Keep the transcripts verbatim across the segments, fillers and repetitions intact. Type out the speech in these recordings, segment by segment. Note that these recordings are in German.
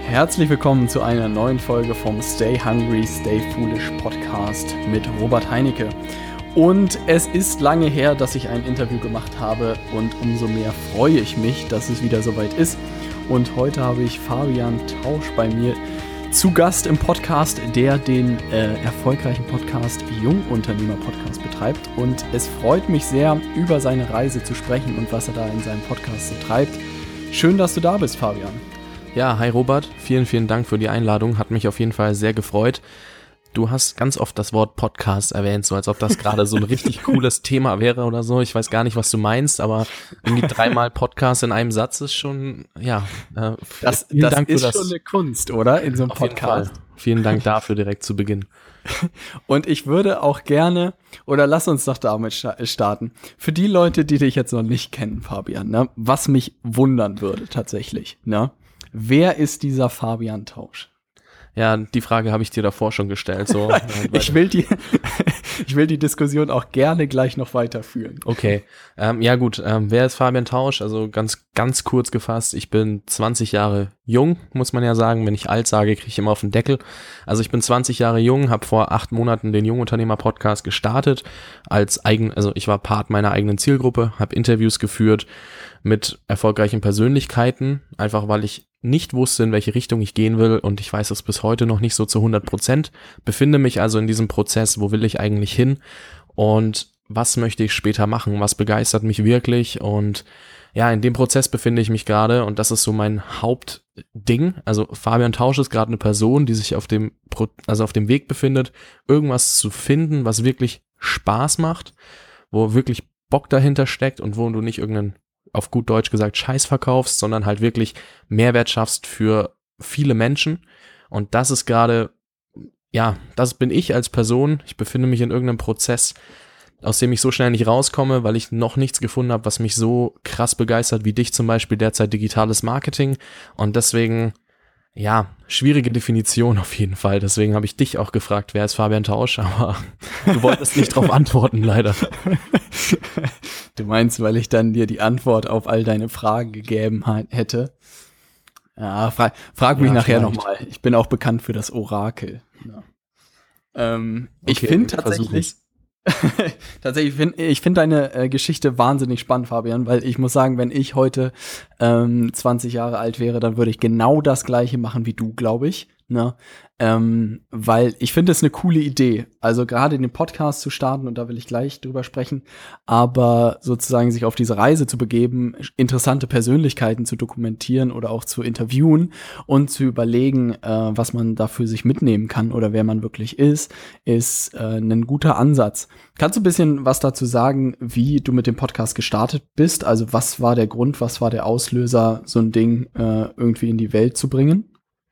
Herzlich willkommen zu einer neuen Folge vom Stay Hungry, Stay Foolish Podcast mit Robert Heinecke. Und es ist lange her, dass ich ein Interview gemacht habe und umso mehr freue ich mich, dass es wieder soweit ist. Und heute habe ich Fabian Tausch bei mir zu Gast im Podcast, der den äh, erfolgreichen Podcast Jungunternehmer Podcast betreibt. Und es freut mich sehr, über seine Reise zu sprechen und was er da in seinem Podcast so treibt. Schön, dass du da bist, Fabian. Ja, hi Robert, vielen, vielen Dank für die Einladung, hat mich auf jeden Fall sehr gefreut. Du hast ganz oft das Wort Podcast erwähnt, so als ob das gerade so ein richtig cooles Thema wäre oder so. Ich weiß gar nicht, was du meinst, aber irgendwie dreimal Podcast in einem Satz ist schon, ja. Äh, das das Dank ist für das. Schon eine Kunst, oder? In so einem Auf Podcast. Vielen Dank dafür direkt zu Beginn. Und ich würde auch gerne, oder lass uns doch damit starten. Für die Leute, die dich jetzt noch nicht kennen, Fabian, ne, was mich wundern würde tatsächlich, ne? Wer ist dieser Fabian Tausch? Ja, die Frage habe ich dir davor schon gestellt. So, ich will die, ich will die Diskussion auch gerne gleich noch weiterführen. Okay, ähm, ja gut. Ähm, wer ist Fabian Tausch? Also ganz, ganz kurz gefasst. Ich bin zwanzig Jahre jung, muss man ja sagen. Wenn ich alt sage, kriege ich immer auf den Deckel. Also ich bin zwanzig Jahre jung, habe vor acht Monaten den Jungunternehmer-Podcast gestartet. Als eigen, also ich war Part meiner eigenen Zielgruppe, habe Interviews geführt mit erfolgreichen Persönlichkeiten, einfach weil ich nicht wusste, in welche Richtung ich gehen will, und ich weiß es bis heute noch nicht so zu hundert Prozent, befinde mich also in diesem Prozess, wo will ich eigentlich hin und was möchte ich später machen, was begeistert mich wirklich, und ja, in dem Prozess befinde ich mich gerade, und das ist so mein Hauptding. Also Fabian Tausch ist gerade eine Person, die sich auf dem, Pro- also auf dem Weg befindet, irgendwas zu finden, was wirklich Spaß macht, wo wirklich Bock dahinter steckt und wo du nicht irgendeinen, auf gut Deutsch gesagt, Scheiß verkaufst, sondern halt wirklich Mehrwert schaffst für viele Menschen. Und das ist gerade, ja, das bin ich als Person. Ich befinde mich in irgendeinem Prozess, aus dem ich so schnell nicht rauskomme, weil ich noch nichts gefunden habe, was mich so krass begeistert wie dich zum Beispiel, derzeit digitales Marketing. Und deswegen, ja, schwierige Definition auf jeden Fall. Deswegen habe ich dich auch gefragt, wer ist Fabian Tausch, aber du wolltest nicht drauf antworten, leider. Du meinst, weil ich dann dir die Antwort auf all deine Fragen gegeben hätte? Ja, frag, frag mich ja, nachher nochmal. Ich bin auch bekannt für das Orakel. Ja. Ähm, okay, ich finde tatsächlich, tatsächlich find, ich finde deine äh, Geschichte wahnsinnig spannend, Fabian, weil ich muss sagen, wenn ich heute ähm, zwanzig Jahre alt wäre, dann würde ich genau das Gleiche machen wie du, glaube ich. Ne? Ähm, weil ich finde es eine coole Idee, also gerade den Podcast zu starten, und da will ich gleich drüber sprechen, aber sozusagen sich auf diese Reise zu begeben, interessante Persönlichkeiten zu dokumentieren oder auch zu interviewen und zu überlegen, äh, was man dafür sich mitnehmen kann oder wer man wirklich ist, ist äh, ein guter Ansatz. Kannst du ein bisschen was dazu sagen, wie du mit dem Podcast gestartet bist? Also was war der Grund, was war der Auslöser, so ein Ding äh, irgendwie in die Welt zu bringen?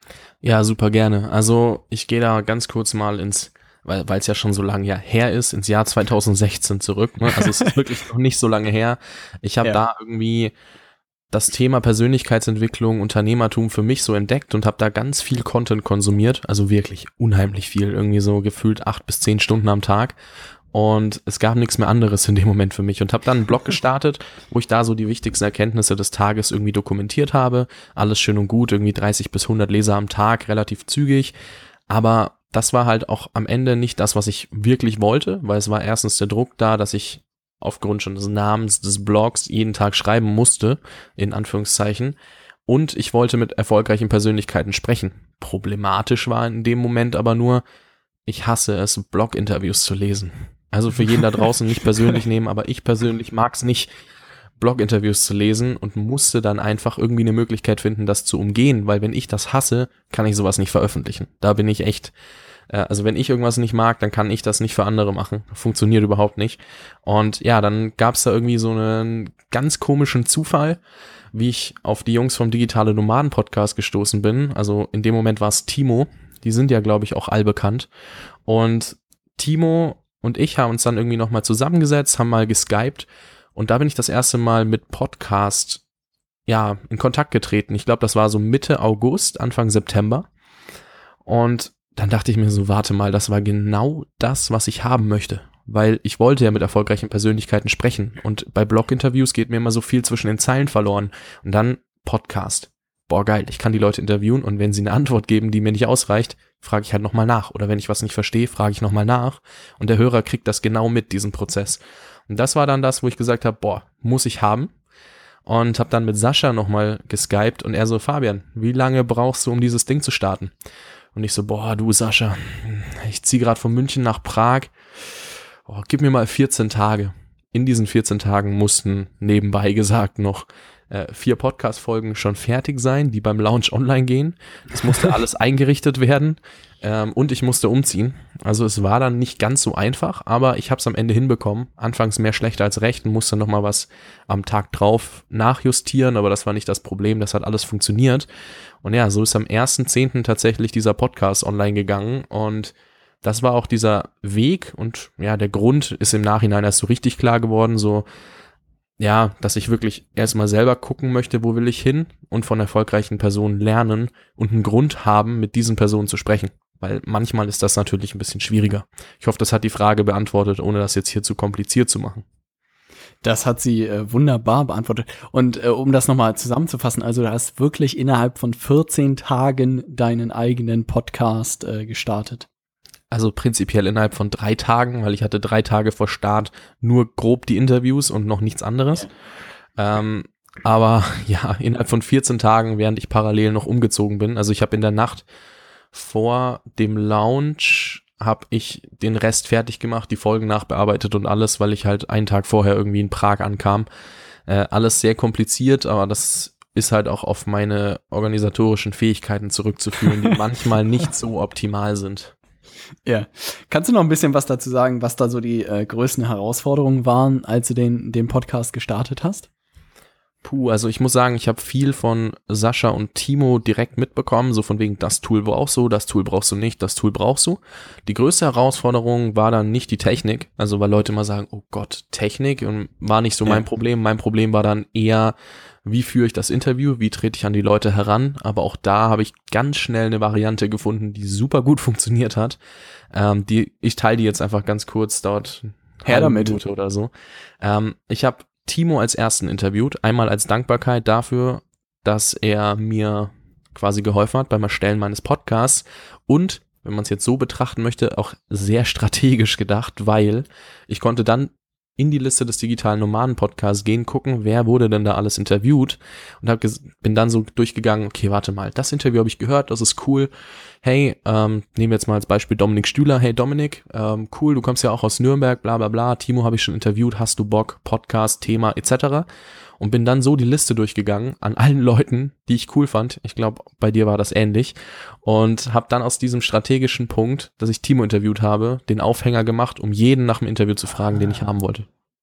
Ja, super gerne. Also ich gehe da ganz kurz mal ins, weil es ja schon so lange ja her ist, ins Jahr zweitausendsechzehn zurück. Ne? Also es ist wirklich noch nicht so lange her. Ich habe ja. da irgendwie das Thema Persönlichkeitsentwicklung, Unternehmertum für mich so entdeckt und habe da ganz viel Content konsumiert. Also wirklich unheimlich viel, irgendwie so gefühlt acht bis zehn Stunden am Tag. Und es gab nichts mehr anderes in dem Moment für mich und habe dann einen Blog gestartet, wo ich da so die wichtigsten Erkenntnisse des Tages irgendwie dokumentiert habe. Alles schön und gut, irgendwie dreißig bis hundert Leser am Tag, relativ zügig. Aber das war halt auch am Ende nicht das, was ich wirklich wollte, weil es war erstens der Druck da, dass ich aufgrund schon des Namens des Blogs jeden Tag schreiben musste, in Anführungszeichen. Und ich wollte mit erfolgreichen Persönlichkeiten sprechen. Problematisch war in dem Moment aber nur, ich hasse es, Blog-Interviews zu lesen. Also für jeden da draußen nicht persönlich nehmen, aber ich persönlich mag es nicht, Blog-Interviews zu lesen, und musste dann einfach irgendwie eine Möglichkeit finden, das zu umgehen, weil wenn ich das hasse, kann ich sowas nicht veröffentlichen. Da bin ich echt, äh, also wenn ich irgendwas nicht mag, dann kann ich das nicht für andere machen. Funktioniert überhaupt nicht. Und ja, dann gab es da irgendwie so einen ganz komischen Zufall, wie ich auf die Jungs vom Digitale Nomaden Podcast gestoßen bin. Also in dem Moment war es Timo. Die sind ja, glaube ich, auch allbekannt. Und Timo und ich haben uns dann irgendwie nochmal zusammengesetzt, haben mal geskypt, und da bin ich das erste Mal mit Podcast, ja, in Kontakt getreten. Ich glaube, das war so Mitte August, Anfang September. Und dann dachte ich mir so, warte mal, das war genau das, was ich haben möchte. Weil ich wollte ja mit erfolgreichen Persönlichkeiten sprechen. Und bei Blog-Interviews geht mir immer so viel zwischen den Zeilen verloren. Und dann Podcast. boah geil, ich kann die Leute interviewen und wenn sie eine Antwort geben, die mir nicht ausreicht, frage ich halt nochmal nach. Oder wenn ich was nicht verstehe, frage ich nochmal nach. Und der Hörer kriegt das genau mit, diesen Prozess. Und das war dann das, wo ich gesagt habe, boah, muss ich haben. Und habe dann mit Sascha nochmal geskypt und er so, Fabian, wie lange brauchst du, um dieses Ding zu starten? Und ich so, boah, du Sascha, ich ziehe gerade von München nach Prag, oh, gib mir mal vierzehn Tage. In diesen vierzehn Tagen mussten nebenbei gesagt noch äh, vier Podcast-Folgen schon fertig sein, die beim Launch online gehen. Das musste alles eingerichtet werden ähm, und ich musste umziehen. Also es war dann nicht ganz so einfach, aber ich habe es am Ende hinbekommen. Anfangs mehr schlecht als recht und musste nochmal was am Tag drauf nachjustieren, aber das war nicht das Problem, das hat alles funktioniert. Und ja, so ist am ersten zehnten tatsächlich dieser Podcast online gegangen und das war auch dieser Weg und ja, der Grund ist im Nachhinein erst so richtig klar geworden, so ja, dass ich wirklich erstmal selber gucken möchte, wo will ich hin und von erfolgreichen Personen lernen und einen Grund haben, mit diesen Personen zu sprechen. Weil manchmal ist das natürlich ein bisschen schwieriger. Ich hoffe, das hat die Frage beantwortet, ohne das jetzt hier zu kompliziert zu machen. Das hat sie äh, wunderbar beantwortet. Und äh, um das nochmal zusammenzufassen, also du hast wirklich innerhalb von vierzehn Tagen deinen eigenen Podcast äh, gestartet. Also prinzipiell innerhalb von drei Tagen, weil ich hatte drei Tage vor Start nur grob die Interviews und noch nichts anderes. Ja. Ähm, aber ja, innerhalb von vierzehn Tagen, während ich parallel noch umgezogen bin. Also ich habe in der Nacht vor dem Launch habe ich den Rest fertig gemacht, die Folgen nachbearbeitet und alles, weil ich halt einen Tag vorher irgendwie in Prag ankam. Äh, alles sehr kompliziert, aber das ist halt auch auf meine organisatorischen Fähigkeiten zurückzuführen, die manchmal nicht so optimal sind. Ja. Kannst du noch ein bisschen was dazu sagen, was da so die äh, größten Herausforderungen waren, als du den, den Podcast gestartet hast? Puh, also ich muss sagen, ich habe viel von Sascha und Timo direkt mitbekommen, so von wegen, das Tool brauchst du, das Tool brauchst du nicht, das Tool brauchst du. Die größte Herausforderung war dann nicht die Technik, also weil Leute immer sagen, oh Gott, Technik, und war nicht so ja. mein Problem. Mein Problem war dann eher, wie führe ich das Interview, wie trete ich an die Leute heran, aber auch da habe ich ganz schnell eine Variante gefunden, die super gut funktioniert hat. Ähm, die, ich teile die jetzt einfach ganz kurz, dauert her damit Minute oder so. Ähm, ich habe Timo als ersten interviewt, einmal als Dankbarkeit dafür, dass er mir quasi geholfen hat beim Erstellen meines Podcasts und, wenn man es jetzt so betrachten möchte, auch sehr strategisch gedacht, weil ich konnte dann in die Liste des digitalen Nomaden-Podcasts gehen, gucken, wer wurde denn da alles interviewt und hab ges- bin dann so durchgegangen, okay, warte mal, das Interview habe ich gehört, das ist cool. Hey, ähm, nehmen wir jetzt mal als Beispiel Dominik Stühler. Hey Dominik, ähm, cool, du kommst ja auch aus Nürnberg, bla bla bla. Timo habe ich schon interviewt, hast du Bock, Podcast, Thema et cetera. Und bin dann so die Liste durchgegangen an allen Leuten, die ich cool fand. Ich glaube, bei dir war das ähnlich. Und habe dann aus diesem strategischen Punkt, dass ich Timo interviewt habe, den Aufhänger gemacht, um jeden nach dem Interview zu fragen, den ich haben wollte.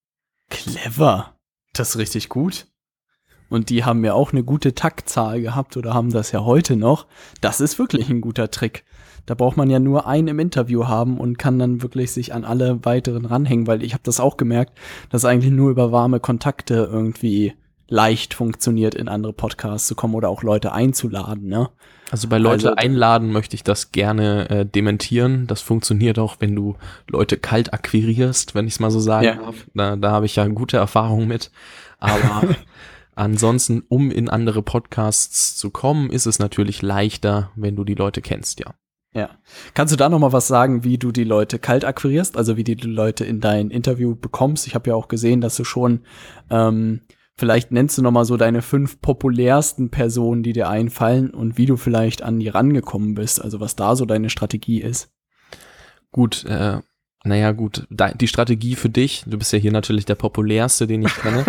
Clever. Das ist richtig gut. Und die haben ja auch eine gute Taktzahl gehabt oder haben das ja heute noch. Das ist wirklich ein guter Trick. Da braucht man ja nur einen im Interview haben und kann dann wirklich sich an alle weiteren ranhängen, weil ich habe das auch gemerkt, dass eigentlich nur über warme Kontakte irgendwie leicht funktioniert, in andere Podcasts zu kommen oder auch Leute einzuladen, ne? Also bei Leute also, einladen möchte ich das gerne äh, dementieren. Das funktioniert auch, wenn du Leute kalt akquirierst, wenn ich es mal so sagen ja. darf. Da, da habe ich ja gute Erfahrungen mit. Aber ansonsten, um in andere Podcasts zu kommen, ist es natürlich leichter, wenn du die Leute kennst, ja. Ja. Kannst du da noch mal was sagen, wie du die Leute kalt akquirierst, also wie du die Leute in dein Interview bekommst? Ich habe ja auch gesehen, dass du schon, ähm, vielleicht nennst du noch mal so deine fünf populärsten Personen, die dir einfallen und wie du vielleicht an die rangekommen bist, also was da so deine Strategie ist. Gut, äh, naja gut, die Strategie für dich, du bist ja hier natürlich der populärste, den ich kenne.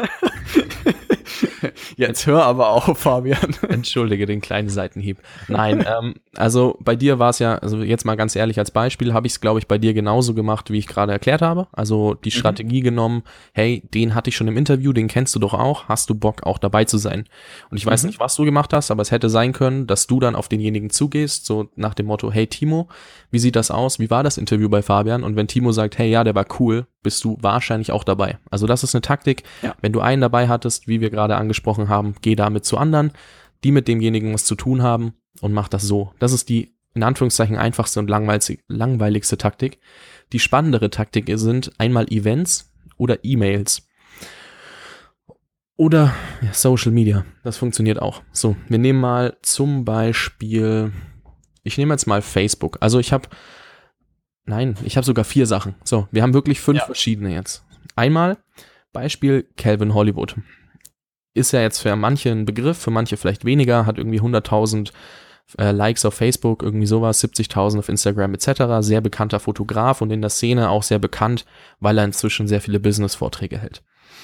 Jetzt hör aber auf, Fabian. Entschuldige den kleinen Seitenhieb. Nein, ähm, also bei dir war es ja, also jetzt mal ganz ehrlich als Beispiel, habe ich es, glaube ich, bei dir genauso gemacht, wie ich gerade erklärt habe. Also die Strategie mhm. genommen, hey, den hatte ich schon im Interview, den kennst du doch auch, hast du Bock auch dabei zu sein? Und ich weiß mhm. nicht, was du gemacht hast, aber es hätte sein können, dass du dann auf denjenigen zugehst, so nach dem Motto, hey Timo, wie sieht das aus? Wie war das Interview bei Fabian? Und wenn Timo sagt, hey, ja, der war cool, bist du wahrscheinlich auch dabei. Also das ist eine Taktik. Ja. Wenn du einen dabei hattest, wie wir gerade angesprochen haben, geh damit zu anderen, die mit demjenigen was zu tun haben und mach das so. Das ist die, in Anführungszeichen, einfachste und langweilig, langweiligste Taktik. Die spannendere Taktik sind einmal Events oder E-Mails. Oder ja, Social Media, das funktioniert auch. So, wir nehmen mal zum Beispiel, ich nehme jetzt mal Facebook. Also ich habe, nein, ich habe sogar vier Sachen. So, wir haben wirklich fünf ja. verschiedene jetzt. Einmal Beispiel Calvin Hollywood. Ist ja jetzt für manche ein Begriff, für manche vielleicht weniger, hat irgendwie hunderttausend äh, Likes auf Facebook, irgendwie sowas, siebzigtausend auf Instagram et cetera. Sehr bekannter Fotograf und in der Szene auch sehr bekannt, weil er inzwischen sehr viele Business-Vorträge hält.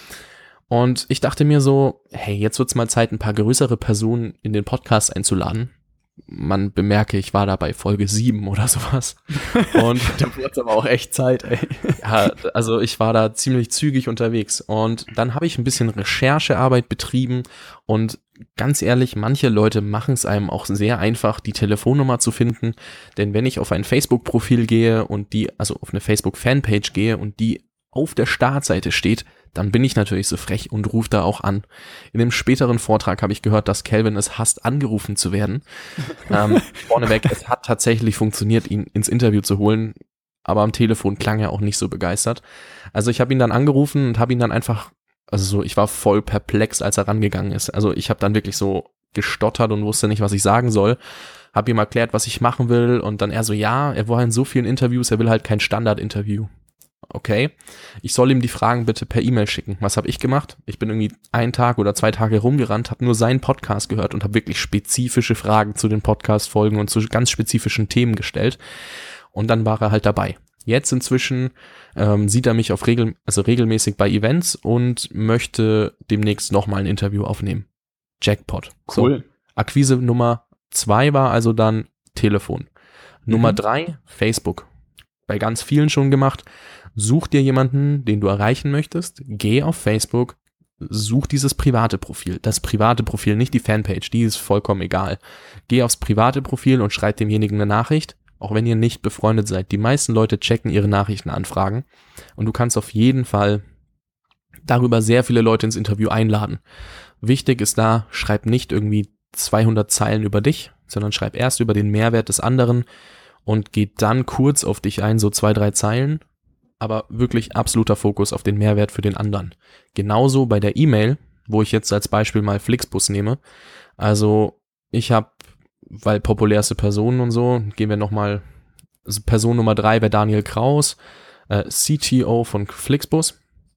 Und ich dachte mir so, hey, jetzt wird's mal Zeit, ein paar größere Personen in den Podcast einzuladen. Man bemerke, ich war da bei Folge sieben oder sowas. Und da wurde aber auch echt Zeit, ey. Ja, also ich war da ziemlich zügig unterwegs. Und dann habe ich ein bisschen Recherchearbeit betrieben. Und ganz ehrlich, manche Leute machen es einem auch sehr einfach, die Telefonnummer zu finden. Denn wenn ich auf ein Facebook-Profil gehe und die, also auf eine Facebook-Fanpage gehe und die auf der Startseite steht, dann bin ich natürlich so frech und rufe da auch an. In dem späteren Vortrag habe ich gehört, dass Calvin es hasst, angerufen zu werden. ähm, vorneweg, es hat tatsächlich funktioniert, ihn ins Interview zu holen, aber am Telefon klang er auch nicht so begeistert. Also ich habe ihn dann angerufen und habe ihn dann einfach, also so, ich war voll perplex, als er rangegangen ist. Also ich habe dann wirklich so gestottert und wusste nicht, was ich sagen soll. Habe ihm erklärt, was ich machen will und dann er so, ja, er war in so vielen Interviews, er will halt kein Standard-Interview. Okay, ich soll ihm die Fragen bitte per E-Mail schicken. Was habe ich gemacht? Ich bin irgendwie einen Tag oder zwei Tage rumgerannt, habe nur seinen Podcast gehört und habe wirklich spezifische Fragen zu den Podcast-Folgen und zu ganz spezifischen Themen gestellt. Und dann war er halt dabei. Jetzt inzwischen ähm, sieht er mich auf regel, also regelmäßig bei Events und möchte demnächst nochmal ein Interview aufnehmen. Jackpot. Cool. So, Akquise Nummer zwei war also dann Telefon. Mhm. Nummer drei, Facebook. Bei ganz vielen schon gemacht. Such dir jemanden, den du erreichen möchtest, geh auf Facebook, such dieses private Profil. Das private Profil, nicht die Fanpage, die ist vollkommen egal. Geh aufs private Profil und schreib demjenigen eine Nachricht, auch wenn ihr nicht befreundet seid. Die meisten Leute checken ihre Nachrichtenanfragen und du kannst auf jeden Fall darüber sehr viele Leute ins Interview einladen. Wichtig ist da, schreib nicht irgendwie zweihundert Zeilen über dich, sondern schreib erst über den Mehrwert des anderen und geht dann kurz auf dich ein, so zwei, drei Zeilen, aber wirklich absoluter Fokus auf den Mehrwert für den anderen. Genauso bei der E-Mail, wo ich jetzt als Beispiel mal Flixbus nehme. Also ich habe, weil populärste Personen und so, gehen wir nochmal, also Person Nummer drei wäre Daniel Kraus, äh, C T O von Flixbus.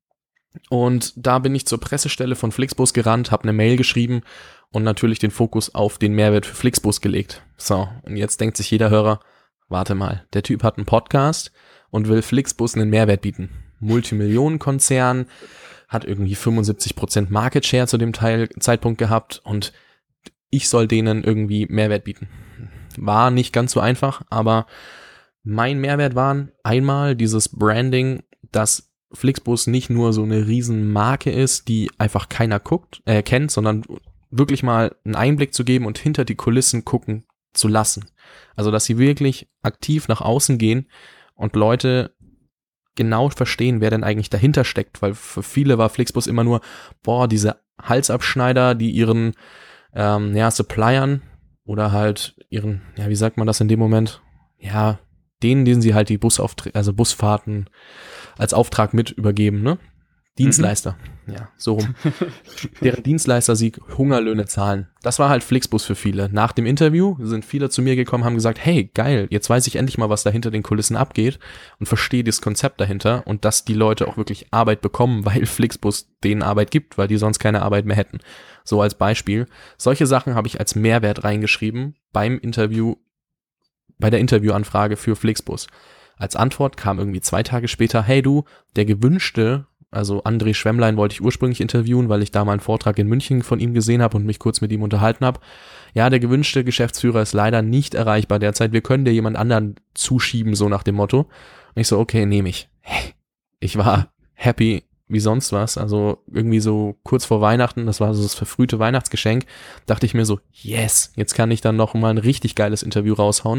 Und da bin ich zur Pressestelle von Flixbus gerannt, habe eine Mail geschrieben und natürlich den Fokus auf den Mehrwert für Flixbus gelegt. So, und jetzt denkt sich jeder Hörer, warte mal, der Typ hat einen Podcast und will Flixbus einen Mehrwert bieten. Multimillionenkonzern, hat irgendwie fünfundsiebzig Prozent Market Share zu dem Teil, Zeitpunkt gehabt und ich soll denen irgendwie Mehrwert bieten. War nicht ganz so einfach, aber mein Mehrwert waren einmal dieses Branding, dass Flixbus nicht nur so eine riesen Marke ist, die einfach keiner guckt, äh, kennt, sondern wirklich mal einen Einblick zu geben und hinter die Kulissen gucken zu lassen. Also, dass sie wirklich aktiv nach außen gehen und Leute genau verstehen, wer denn eigentlich dahinter steckt, weil für viele war Flixbus immer nur, boah, diese Halsabschneider, die ihren ähm, ja, Suppliern oder halt ihren, ja, wie sagt man das in dem Moment? Ja, denen, denen sie halt die Busaufträge, also Busfahrten als Auftrag mit übergeben, ne? Dienstleister, mhm. ja, so rum. Deren Dienstleister sie Hungerlöhne zahlen. Das war halt Flixbus für viele. Nach dem Interview sind viele zu mir gekommen, haben gesagt, hey, geil, jetzt weiß ich endlich mal, was da hinter den Kulissen abgeht und verstehe das Konzept dahinter und dass die Leute auch wirklich Arbeit bekommen, weil Flixbus denen Arbeit gibt, weil die sonst keine Arbeit mehr hätten. So als Beispiel. Solche Sachen habe ich als Mehrwert reingeschrieben beim Interview, bei der Interviewanfrage für Flixbus. Als Antwort kam irgendwie zwei Tage später, hey du, der gewünschte, also André Schwemmlein wollte ich ursprünglich interviewen, weil ich da mal einen Vortrag in München von ihm gesehen habe und mich kurz mit ihm unterhalten habe. Ja, der gewünschte Geschäftsführer ist leider nicht erreichbar derzeit. Wir können dir jemand anderen zuschieben, so nach dem Motto. Und ich so, okay, nehme ich. Ich war happy wie sonst was. Also irgendwie so kurz vor Weihnachten, das war so das verfrühte Weihnachtsgeschenk, dachte ich mir so, yes, jetzt kann ich dann noch mal ein richtig geiles Interview raushauen.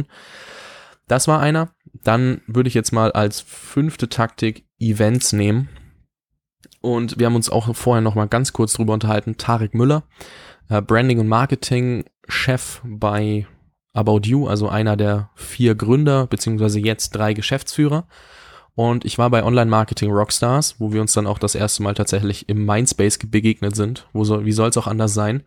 Das war einer. Dann würde ich jetzt mal als fünfte Taktik Events nehmen. Und wir haben uns auch vorher noch mal ganz kurz drüber unterhalten. Tarek Müller, äh, Branding- und Marketing-Chef bei About You, also einer der vier Gründer, beziehungsweise jetzt drei Geschäftsführer. Und ich war bei Online Marketing Rockstars, wo wir uns dann auch das erste Mal tatsächlich im Mindspace begegnet sind. Wo soll, wie soll es auch anders sein?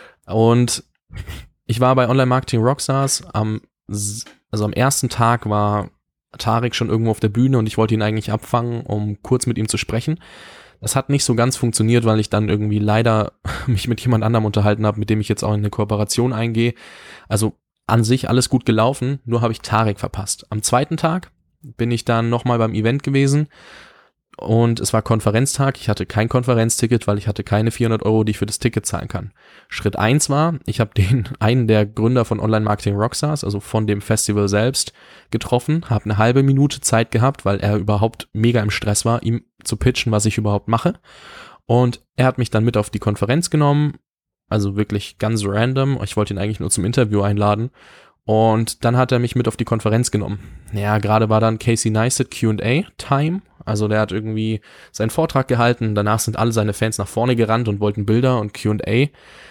Und ich war bei Online Marketing Rockstars. Am, also am ersten Tag war Tarek schon irgendwo auf der Bühne und ich wollte ihn eigentlich abfangen, um kurz mit ihm zu sprechen. Das hat nicht so ganz funktioniert, weil ich dann irgendwie leider mich mit jemand anderem unterhalten habe, mit dem ich jetzt auch in eine Kooperation eingehe. Also an sich alles gut gelaufen, nur habe ich Tarek verpasst. Am zweiten Tag bin ich dann nochmal beim Event gewesen und es war Konferenztag. Ich hatte kein Konferenzticket, weil ich hatte keine vierhundert Euro, die ich für das Ticket zahlen kann. Schritt eins war, ich habe den einen der Gründer von Online Marketing Rockstars, also von dem Festival selbst, getroffen, habe eine halbe Minute Zeit gehabt, weil er überhaupt mega im Stress war, ihm zu pitchen, was ich überhaupt mache. Und er hat mich dann mit auf die Konferenz genommen, also wirklich ganz random. Ich wollte ihn eigentlich nur zum Interview einladen. Und dann hat er mich mit auf die Konferenz genommen. Ja, gerade war dann Casey Neistat Q and A Time. Also der hat irgendwie seinen Vortrag gehalten. Danach sind alle seine Fans nach vorne gerannt und wollten Bilder und Q and A.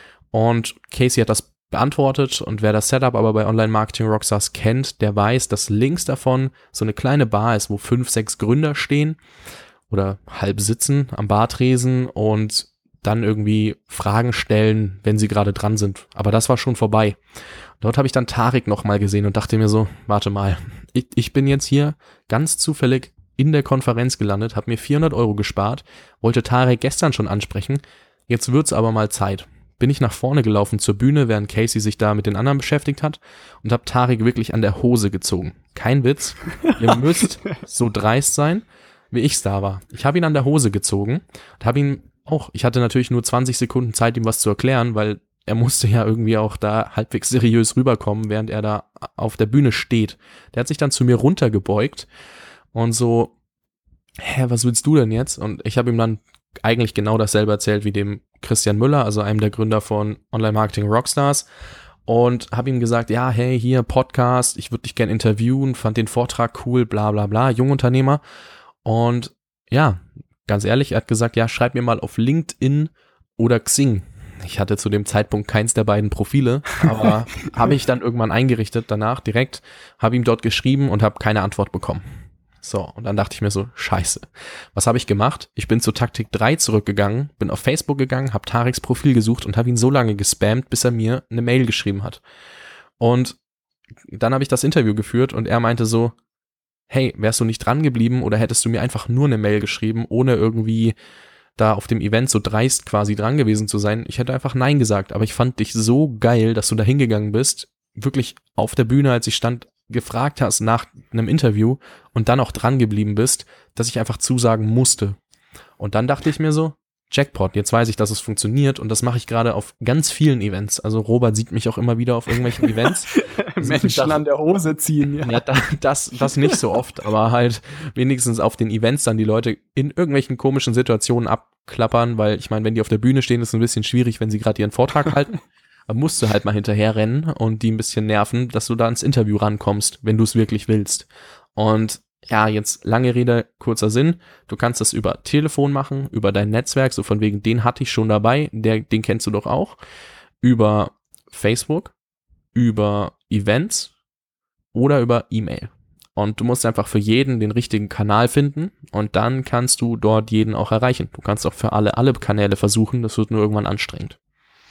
Und Casey hat das beantwortet. Und wer das Setup aber bei Online Marketing Rockstars kennt, der weiß, dass links davon so eine kleine Bar ist, wo fünf, sechs Gründer stehen oder halb sitzen am Bartresen und dann irgendwie Fragen stellen, wenn sie gerade dran sind. Aber das war schon vorbei. Dort habe ich dann Tarek nochmal gesehen und dachte mir so, warte mal, ich, ich bin jetzt hier ganz zufällig in der Konferenz gelandet, habe mir vierhundert Euro gespart, wollte Tarek gestern schon ansprechen, jetzt wird's aber mal Zeit. Bin ich nach vorne gelaufen zur Bühne, während Casey sich da mit den anderen beschäftigt hat und habe Tarek wirklich an der Hose gezogen. Kein Witz, ihr müsst so dreist sein, wie ich's da war. Ich habe ihn an der Hose gezogen und habe ihn auch, ich hatte natürlich nur zwanzig Sekunden Zeit, ihm was zu erklären, weil er musste ja irgendwie auch da halbwegs seriös rüberkommen, während er da auf der Bühne steht. Der hat sich dann zu mir runtergebeugt und so, hä, was willst du denn jetzt? Und ich habe ihm dann eigentlich genau dasselbe erzählt wie dem Christian Müller, also einem der Gründer von Online Marketing Rockstars, und habe ihm gesagt, ja, hey, hier Podcast, ich würde dich gerne interviewen, fand den Vortrag cool, bla bla bla, Jungunternehmer. Und ja, ganz ehrlich, er hat gesagt, ja, schreib mir mal auf LinkedIn oder Xing. Ich hatte zu dem Zeitpunkt keins der beiden Profile, aber habe ich dann irgendwann eingerichtet danach direkt, habe ihm dort geschrieben und habe keine Antwort bekommen. So, und dann dachte ich mir so, scheiße. Was habe ich gemacht? Ich bin zu Taktik drei zurückgegangen, bin auf Facebook gegangen, habe Tareks Profil gesucht und habe ihn so lange gespammt, bis er mir eine Mail geschrieben hat. Und dann habe ich das Interview geführt und er meinte so, hey, wärst du nicht dran geblieben oder hättest du mir einfach nur eine Mail geschrieben, ohne irgendwie da auf dem Event so dreist quasi dran gewesen zu sein. Ich hätte einfach Nein gesagt, aber ich fand dich so geil, dass du da hingegangen bist, wirklich auf der Bühne, als ich stand, gefragt hast nach einem Interview und dann auch dran geblieben bist, dass ich einfach zusagen musste. Und dann dachte ich mir so, Jackpot, jetzt weiß ich, dass es funktioniert und das mache ich gerade auf ganz vielen Events. Also Robert sieht mich auch immer wieder auf irgendwelchen Events. Menschen an der Hose ziehen, ja. Ja, das, das nicht so oft, aber halt wenigstens auf den Events dann die Leute in irgendwelchen komischen Situationen abklappern, weil ich meine, wenn die auf der Bühne stehen, ist es ein bisschen schwierig, wenn sie gerade ihren Vortrag halten. Da musst du halt mal hinterher rennen und die ein bisschen nerven, dass du da ins Interview rankommst, wenn du es wirklich willst. Und ja, jetzt lange Rede, kurzer Sinn. Du kannst das über Telefon machen, über dein Netzwerk, so von wegen, den hatte ich schon dabei, der, den kennst du doch auch. Über Facebook, über Events oder über E-Mail. Und du musst einfach für jeden den richtigen Kanal finden und dann kannst du dort jeden auch erreichen. Du kannst auch für alle, alle Kanäle versuchen, das wird nur irgendwann anstrengend.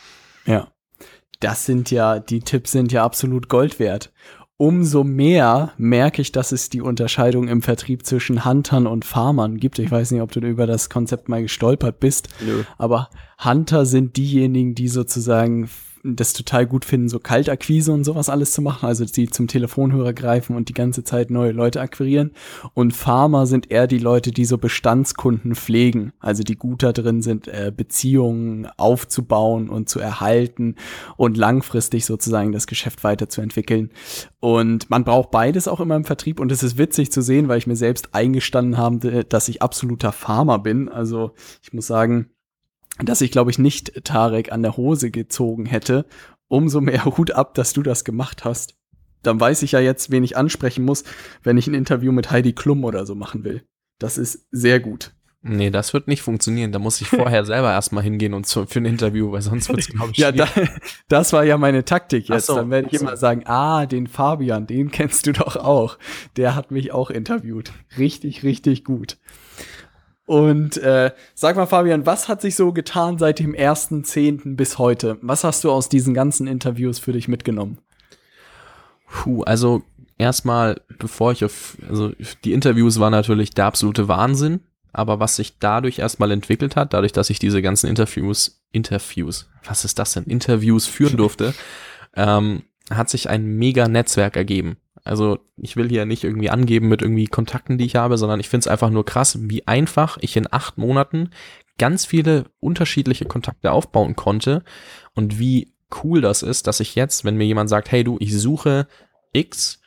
Ja, das sind ja, die Tipps sind ja absolut Gold wert. Umso mehr merke ich, dass es die Unterscheidung im Vertrieb zwischen Huntern und Farmern gibt. Ich weiß nicht, ob du über das Konzept mal gestolpert bist, Nö. aber Hunter sind diejenigen, die sozusagen das total gut finden, so Kaltakquise und sowas alles zu machen, also die zum Telefonhörer greifen und die ganze Zeit neue Leute akquirieren. Und Farmer sind eher die Leute, die so Bestandskunden pflegen, also die gut da drin sind, äh, Beziehungen aufzubauen und zu erhalten und langfristig sozusagen das Geschäft weiterzuentwickeln. Und man braucht beides auch immer im Vertrieb und es ist witzig zu sehen, weil ich mir selbst eingestanden habe, dass ich absoluter Farmer bin. Also ich muss sagen, dass ich, glaube ich, nicht Tarek an der Hose gezogen hätte. Umso mehr Hut ab, dass du das gemacht hast. Dann weiß ich ja jetzt, wen ich ansprechen muss, wenn ich ein Interview mit Heidi Klum oder so machen will. Das ist sehr gut. Nee, das wird nicht funktionieren. Da muss ich vorher selber erstmal hingehen und zu, für ein Interview, weil sonst wird es, glaube ich, ja, da, das war ja meine Taktik jetzt. So, Dann werde ich so. immer sagen, ah, den Fabian, den kennst du doch auch. Der hat mich auch interviewt. Richtig, richtig gut. Und äh, sag mal, Fabian, was hat sich so getan seit dem ersten Zehnten bis heute? Was hast du aus diesen ganzen Interviews für dich mitgenommen? Puh, also erstmal, bevor ich auf, also die Interviews waren natürlich der absolute Wahnsinn, aber was sich dadurch erstmal entwickelt hat, dadurch, dass ich diese ganzen Interviews, Interviews, was ist das denn, Interviews führen durfte, ähm, hat sich ein mega Netzwerk ergeben. Also ich will hier nicht irgendwie angeben mit irgendwie Kontakten, die ich habe, sondern ich finde es einfach nur krass, wie einfach ich in acht Monaten ganz viele unterschiedliche Kontakte aufbauen konnte und wie cool das ist, dass ich jetzt, wenn mir jemand sagt, hey du, ich suche X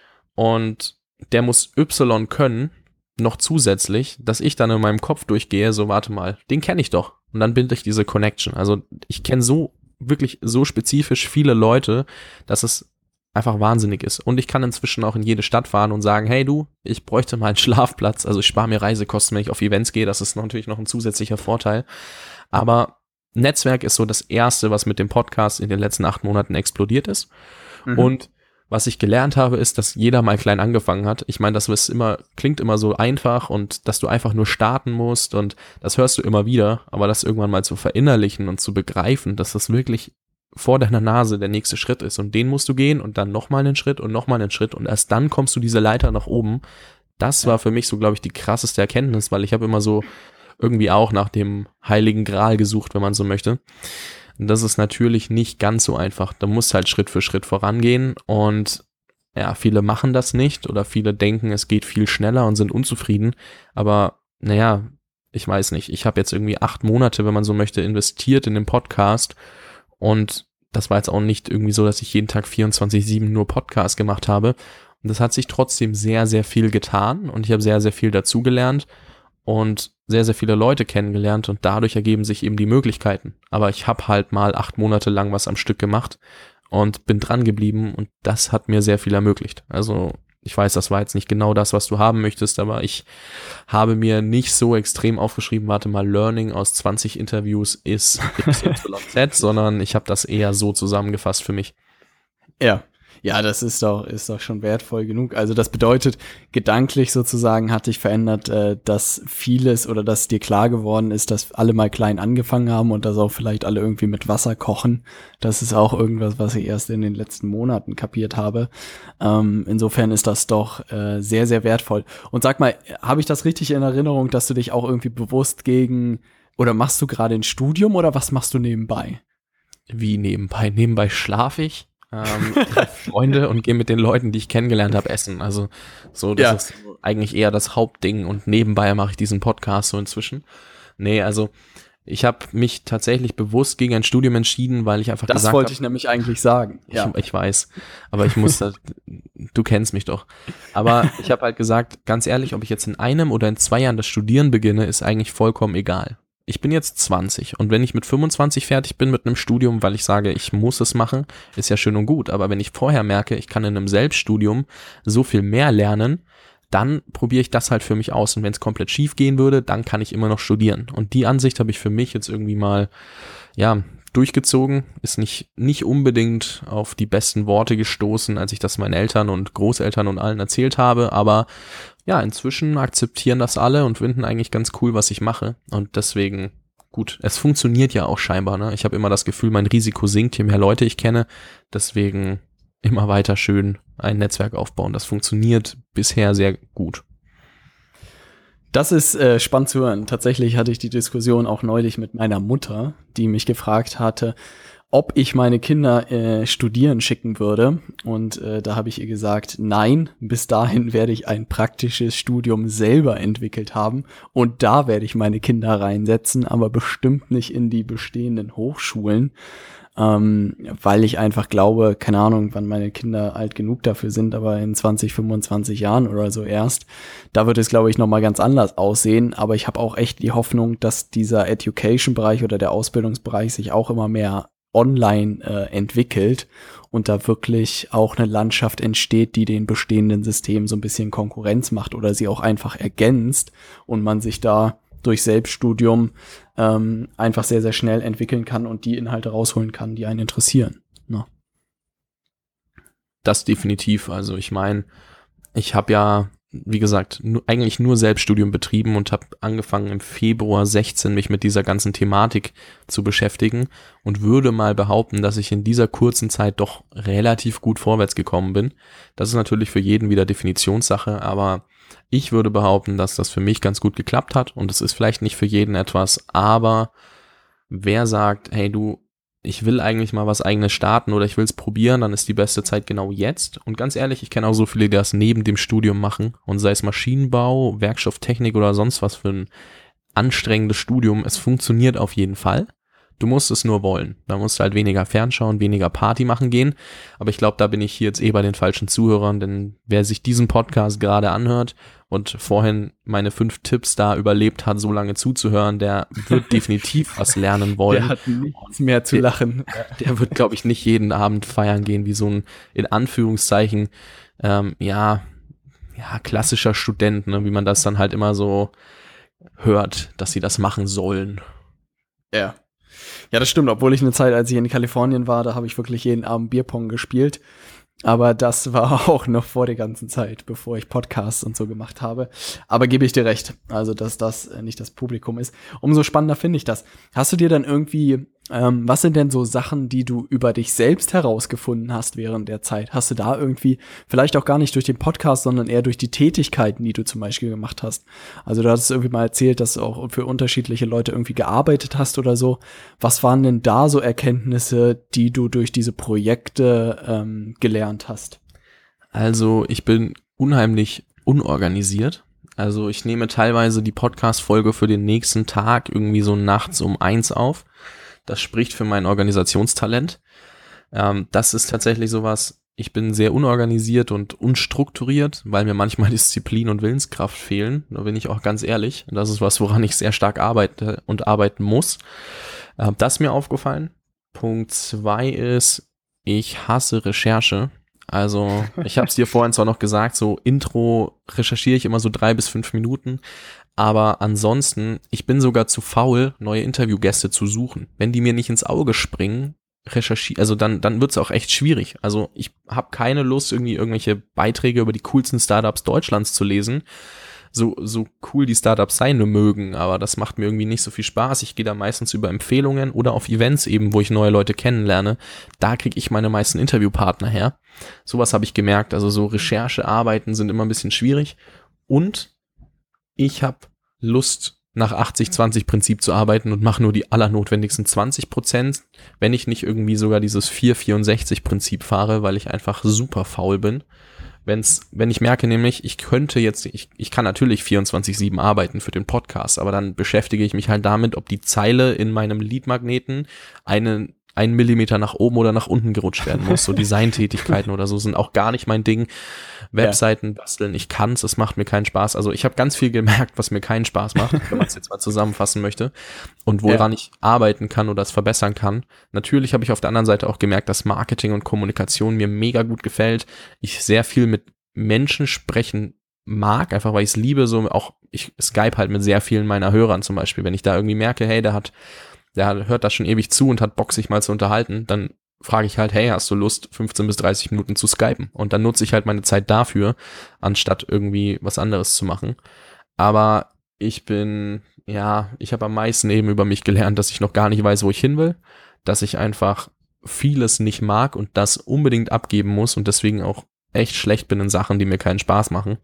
und der muss Y können, noch zusätzlich, dass ich dann in meinem Kopf durchgehe, so warte mal, den kenne ich doch. Und dann binde ich diese Connection. Also ich kenne so, wirklich so spezifisch viele Leute, dass es einfach wahnsinnig ist. Und ich kann inzwischen auch in jede Stadt fahren und sagen, hey du, ich bräuchte mal einen Schlafplatz. Also ich spare mir Reisekosten, wenn ich auf Events gehe. Das ist natürlich noch ein zusätzlicher Vorteil. Aber Netzwerk ist so das Erste, was mit dem Podcast in den letzten acht Monaten explodiert ist. Mhm. Und was ich gelernt habe, ist, dass jeder mal klein angefangen hat. Ich meine, das ist immer, klingt immer so einfach und dass du einfach nur starten musst und das hörst du immer wieder. Aber das irgendwann mal zu verinnerlichen und zu begreifen, dass das wirklich vor deiner Nase der nächste Schritt ist und den musst du gehen und dann nochmal einen Schritt und nochmal einen Schritt und erst dann kommst du diese Leiter nach oben. Das war für mich so, glaube ich, die krasseste Erkenntnis, weil ich habe immer so irgendwie auch nach dem heiligen Gral gesucht, wenn man so möchte. Und das ist natürlich nicht ganz so einfach. Da musst halt Schritt für Schritt vorangehen und ja, viele machen das nicht oder viele denken, es geht viel schneller und sind unzufrieden, aber naja, ich weiß nicht. Ich habe jetzt irgendwie acht Monate, wenn man so möchte, investiert in den Podcast. Und das war jetzt auch nicht irgendwie so, dass ich jeden Tag vierundzwanzig sieben nur Podcast gemacht habe. Und das hat sich trotzdem sehr, sehr viel getan. Und ich habe sehr, sehr viel dazugelernt und sehr, sehr viele Leute kennengelernt. Und dadurch ergeben sich eben die Möglichkeiten. Aber ich habe halt mal acht Monate lang was am Stück gemacht und bin dran geblieben. Und das hat mir sehr viel ermöglicht. Also ich weiß, das war jetzt nicht genau das, was du haben möchtest, aber ich habe mir nicht so extrem aufgeschrieben, warte mal, Learning aus zwanzig Interviews ist X Y Z, sondern ich habe das eher so zusammengefasst für mich. Ja, ja, das ist doch, ist doch schon wertvoll genug. Also das bedeutet, gedanklich sozusagen hat dich verändert, äh, dass vieles oder dass dir klar geworden ist, dass alle mal klein angefangen haben und dass auch vielleicht alle irgendwie mit Wasser kochen. Das ist auch irgendwas, was ich erst in den letzten Monaten kapiert habe. Ähm, insofern ist das doch äh, sehr, sehr wertvoll. Und sag mal, habe ich das richtig in Erinnerung, dass du dich auch irgendwie bewusst gegen, oder machst du gerade ein Studium oder was machst du nebenbei? Wie nebenbei? Nebenbei schlafe ich. ähm, treffe Freunde und gehe mit den Leuten, die ich kennengelernt habe, essen. Also so, das ja. ist eigentlich eher das Hauptding und nebenbei mache ich diesen Podcast so inzwischen. Nee, also ich habe mich tatsächlich bewusst gegen ein Studium entschieden, weil ich einfach das gesagt habe. Das wollte ich nämlich eigentlich sagen. Ja. Ich, ich weiß, aber ich muss, das, du kennst mich doch. Aber ich habe halt gesagt, ganz ehrlich, ob ich jetzt in einem oder in zwei Jahren das Studieren beginne, ist eigentlich vollkommen egal. Ich bin jetzt zwanzig und wenn ich mit fünfundzwanzig fertig bin mit einem Studium, weil ich sage, ich muss es machen, ist ja schön und gut. Aber wenn ich vorher merke, ich kann in einem Selbststudium so viel mehr lernen, dann probiere ich das halt für mich aus. Und wenn es komplett schief gehen würde, dann kann ich immer noch studieren. Und die Ansicht habe ich für mich jetzt irgendwie mal, ja, durchgezogen. Ist nicht, nicht unbedingt auf die besten Worte gestoßen, als ich das meinen Eltern und Großeltern und allen erzählt habe. Aber ja, inzwischen akzeptieren das alle und finden eigentlich ganz cool, was ich mache. Und deswegen, gut, es funktioniert ja auch scheinbar. Ne? Ich habe immer das Gefühl, mein Risiko sinkt, je mehr Leute ich kenne. Deswegen immer weiter schön ein Netzwerk aufbauen. Das funktioniert bisher sehr gut. Das ist äh, spannend zu hören. Tatsächlich hatte ich die Diskussion auch neulich mit meiner Mutter, die mich gefragt hatte, ob ich meine Kinder äh, studieren schicken würde. Und äh, da habe ich ihr gesagt, nein, bis dahin werde ich ein praktisches Studium selber entwickelt haben. Und da werde ich meine Kinder reinsetzen, aber bestimmt nicht in die bestehenden Hochschulen. Ähm, weil ich einfach glaube, keine Ahnung, wann meine Kinder alt genug dafür sind, aber in zwanzig, fünfundzwanzig Jahren oder so erst, da wird es, glaube ich, nochmal ganz anders aussehen, aber ich habe auch echt die Hoffnung, dass dieser Education-Bereich oder der Ausbildungsbereich sich auch immer mehr online äh, entwickelt und da wirklich auch eine Landschaft entsteht, die den bestehenden Systemen so ein bisschen Konkurrenz macht oder sie auch einfach ergänzt und man sich da durch Selbststudium ähm, einfach sehr, sehr schnell entwickeln kann und die Inhalte rausholen kann, die einen interessieren. Ne? Das definitiv. Also ich meine, ich habe ja, wie gesagt, nur, eigentlich nur Selbststudium betrieben und habe angefangen im Februar sechzehn mich mit dieser ganzen Thematik zu beschäftigen und würde mal behaupten, dass ich in dieser kurzen Zeit doch relativ gut vorwärts gekommen bin. Das ist natürlich für jeden wieder Definitionssache, aber ich würde behaupten, dass das für mich ganz gut geklappt hat und es ist vielleicht nicht für jeden etwas, aber wer sagt, hey du, ich will eigentlich mal was Eigenes starten oder ich will es probieren, dann ist die beste Zeit genau jetzt. Und ganz ehrlich, ich kenne auch so viele, die das neben dem Studium machen und sei es Maschinenbau, Werkstofftechnik oder sonst was für ein anstrengendes Studium, es funktioniert auf jeden Fall. Du musst es nur wollen. Da musst du halt weniger fernschauen, weniger Party machen gehen. Aber ich glaube, da bin ich hier jetzt eh bei den falschen Zuhörern, denn wer sich diesen Podcast gerade anhört und vorhin meine fünf Tipps da überlebt hat, so lange zuzuhören, der wird definitiv was lernen wollen. Der hat nichts mehr zu der, lachen. Der wird, glaube ich, nicht jeden Abend feiern gehen, wie so ein, in Anführungszeichen, ähm, ja, ja, klassischer Student, ne, wie man das dann halt immer so hört, dass sie das machen sollen. Ja. Ja, das stimmt, obwohl ich eine Zeit, als ich in Kalifornien war, da habe ich wirklich jeden Abend Bierpong gespielt. Aber das war auch noch vor der ganzen Zeit, bevor ich Podcasts und so gemacht habe. Aber gebe ich dir recht, also dass das nicht das Publikum ist. Umso spannender finde ich das. Hast du dir dann irgendwie, ähm, was sind denn so Sachen, die du über dich selbst herausgefunden hast während der Zeit? Hast du da irgendwie, vielleicht auch gar nicht durch den Podcast, sondern eher durch die Tätigkeiten, die du zum Beispiel gemacht hast? Also du hattest irgendwie mal erzählt, dass du auch für unterschiedliche Leute irgendwie gearbeitet hast oder so. Was waren denn da so Erkenntnisse, die du durch diese Projekte ähm, gelernt hast? Also ich bin unheimlich unorganisiert. Also ich nehme teilweise die Podcast-Folge für den nächsten Tag irgendwie so nachts um eins auf. Das spricht für mein Organisationstalent. Ähm, das ist tatsächlich sowas, ich bin sehr unorganisiert und unstrukturiert, weil mir manchmal Disziplin und Willenskraft fehlen. Da bin ich auch ganz ehrlich. Das ist was, woran ich sehr stark arbeite und arbeiten muss. Äh, das ist mir aufgefallen. Punkt zwei ist, ich hasse Recherche. Also ich habe es dir vorhin zwar noch gesagt, so Intro recherchiere ich immer so drei bis fünf Minuten, aber ansonsten, ich bin sogar zu faul, neue Interviewgäste zu suchen. Wenn die mir nicht ins Auge springen, recherchiere, also dann dann wird's auch echt schwierig. Also ich habe keine Lust, irgendwie irgendwelche Beiträge über die coolsten Startups Deutschlands zu lesen. So, so cool die Startups sein mögen, aber das macht mir irgendwie nicht so viel Spaß. Ich gehe da meistens über Empfehlungen oder auf Events eben, wo ich neue Leute kennenlerne. Da kriege ich meine meisten Interviewpartner her. Sowas habe ich gemerkt. Also so Recherchearbeiten sind immer ein bisschen schwierig. Und ich habe Lust, nach achtzig zwanzig Prinzip zu arbeiten und mache nur die allernotwendigsten zwanzig Prozent, wenn ich nicht irgendwie sogar dieses vier vierundsechzig Prinzip fahre, weil ich einfach super faul bin. Wenn's, wenn ich merke nämlich, ich könnte jetzt, ich, ich kann natürlich vierundzwanzig sieben arbeiten für den Podcast, aber dann beschäftige ich mich halt damit, ob die Zeile in meinem Leadmagneten einen, einen Millimeter nach oben oder nach unten gerutscht werden muss. So Designtätigkeiten oder so sind auch gar nicht mein Ding. Webseiten basteln, ich kann's, es macht mir keinen Spaß. Also ich habe ganz viel gemerkt, was mir keinen Spaß macht, wenn man es jetzt mal zusammenfassen möchte und woran ja. ich arbeiten kann oder es verbessern kann. Natürlich habe ich auf der anderen Seite auch gemerkt, dass Marketing und Kommunikation mir mega gut gefällt. Ich sehr viel mit Menschen sprechen mag, einfach weil ich es liebe, so auch ich Skype halt mit sehr vielen meiner Hörern zum Beispiel. Wenn ich da irgendwie merke, hey, der hat, der hört das schon ewig zu und hat Bock, sich mal zu unterhalten, dann frage ich halt, hey, hast du Lust, fünfzehn bis dreißig Minuten zu skypen? Und dann nutze ich halt meine Zeit dafür, anstatt irgendwie was anderes zu machen. Aber ich bin, ja, ich habe am meisten eben über mich gelernt, dass ich noch gar nicht weiß, wo ich hin will, dass ich einfach vieles nicht mag und das unbedingt abgeben muss und deswegen auch echt schlecht bin in Sachen, die mir keinen Spaß machen.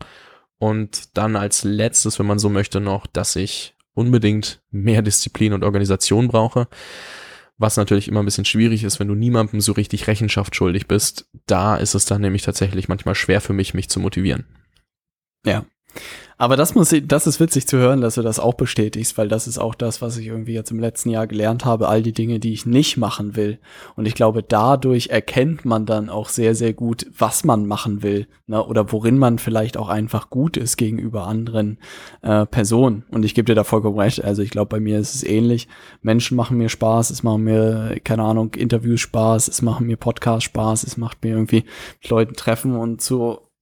Und dann als letztes, wenn man so möchte, noch, dass ich unbedingt mehr Disziplin und Organisation brauche. Was natürlich immer ein bisschen schwierig ist, wenn du niemandem so richtig Rechenschaft schuldig bist. Da ist es dann nämlich tatsächlich manchmal schwer für mich, mich zu motivieren. Ja. Aber das muss ich, das ist witzig zu hören, dass du das auch bestätigst, weil das ist auch das, was ich irgendwie jetzt im letzten Jahr gelernt habe, all die Dinge, die ich nicht machen will. Und ich glaube, dadurch erkennt man dann auch sehr, sehr gut, was man machen will, ne? Oder worin man vielleicht auch einfach gut ist gegenüber anderen äh, Personen. Und ich gebe dir da vollkommen recht. Also ich glaube, bei mir ist es ähnlich. Menschen machen mir Spaß, es machen mir, keine Ahnung, Interviews Spaß, es machen mir Podcasts Spaß, es macht mir irgendwie mit Leuten treffen und so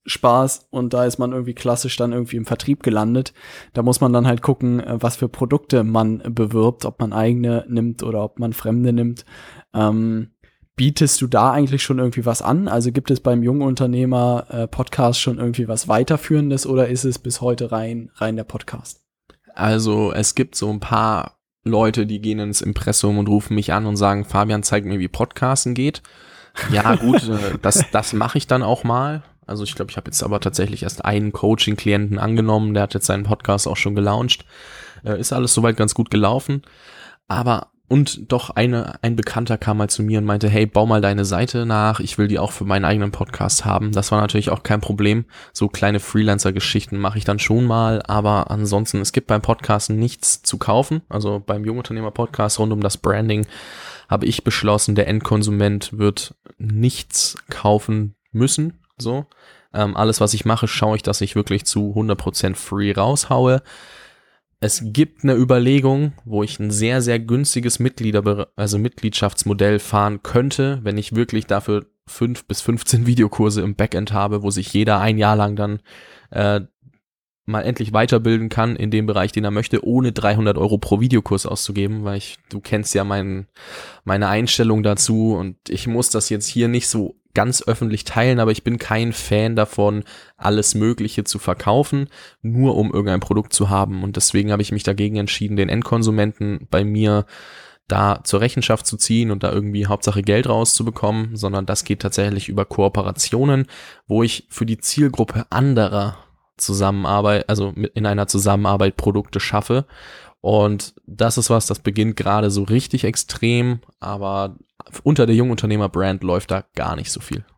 Spaß und da ist man irgendwie klassisch dann irgendwie im Vertrieb gelandet. Da muss man dann halt gucken, was für Produkte man bewirbt, ob man eigene nimmt oder ob man fremde nimmt. Ähm, bietest du da eigentlich schon irgendwie was an? Also gibt es beim Jungunternehmer-Podcast schon irgendwie was Weiterführendes oder ist es bis heute rein, rein der Podcast? Also es gibt so ein paar Leute, die gehen ins Impressum und rufen mich an und sagen, Fabian, zeig mir, wie Podcasten geht. Ja gut, das, das mache ich dann auch mal. Also ich glaube, ich habe jetzt aber tatsächlich erst einen Coaching-Klienten angenommen, der hat jetzt seinen Podcast auch schon gelauncht. Äh, ist alles soweit ganz gut gelaufen. Aber, und doch eine, ein Bekannter kam mal zu mir und meinte, hey, bau mal deine Seite nach, ich will die auch für meinen eigenen Podcast haben. Das war natürlich auch kein Problem. So kleine Freelancer-Geschichten mache ich dann schon mal, aber ansonsten, es gibt beim Podcasten nichts zu kaufen. Also beim Jungunternehmer-Podcast rund um das Branding habe ich beschlossen, der Endkonsument wird nichts kaufen müssen. So, ähm, alles, was ich mache, schaue ich, dass ich wirklich zu hundert Prozent free raushaue. Es gibt eine Überlegung, wo ich ein sehr, sehr günstiges Mitglieder, also Mitgliedschaftsmodell fahren könnte, wenn ich wirklich dafür fünf bis fünfzehn Videokurse im Backend habe, wo sich jeder ein Jahr lang dann äh, mal endlich weiterbilden kann in dem Bereich, den er möchte, ohne dreihundert Euro pro Videokurs auszugeben, weil ich, du kennst ja mein, meine Einstellung dazu und ich muss das jetzt hier nicht so ganz öffentlich teilen, aber ich bin kein Fan davon, alles Mögliche zu verkaufen, nur um irgendein Produkt zu haben und deswegen habe ich mich dagegen entschieden, den Endkonsumenten bei mir da zur Rechenschaft zu ziehen und da irgendwie Hauptsache Geld rauszubekommen, sondern das geht tatsächlich über Kooperationen, wo ich für die Zielgruppe anderer Zusammenarbeit, also in einer Zusammenarbeit Produkte schaffe. Und das ist was, das beginnt gerade so richtig extrem, aber unter der Jungunternehmer-Brand läuft da gar nicht so viel.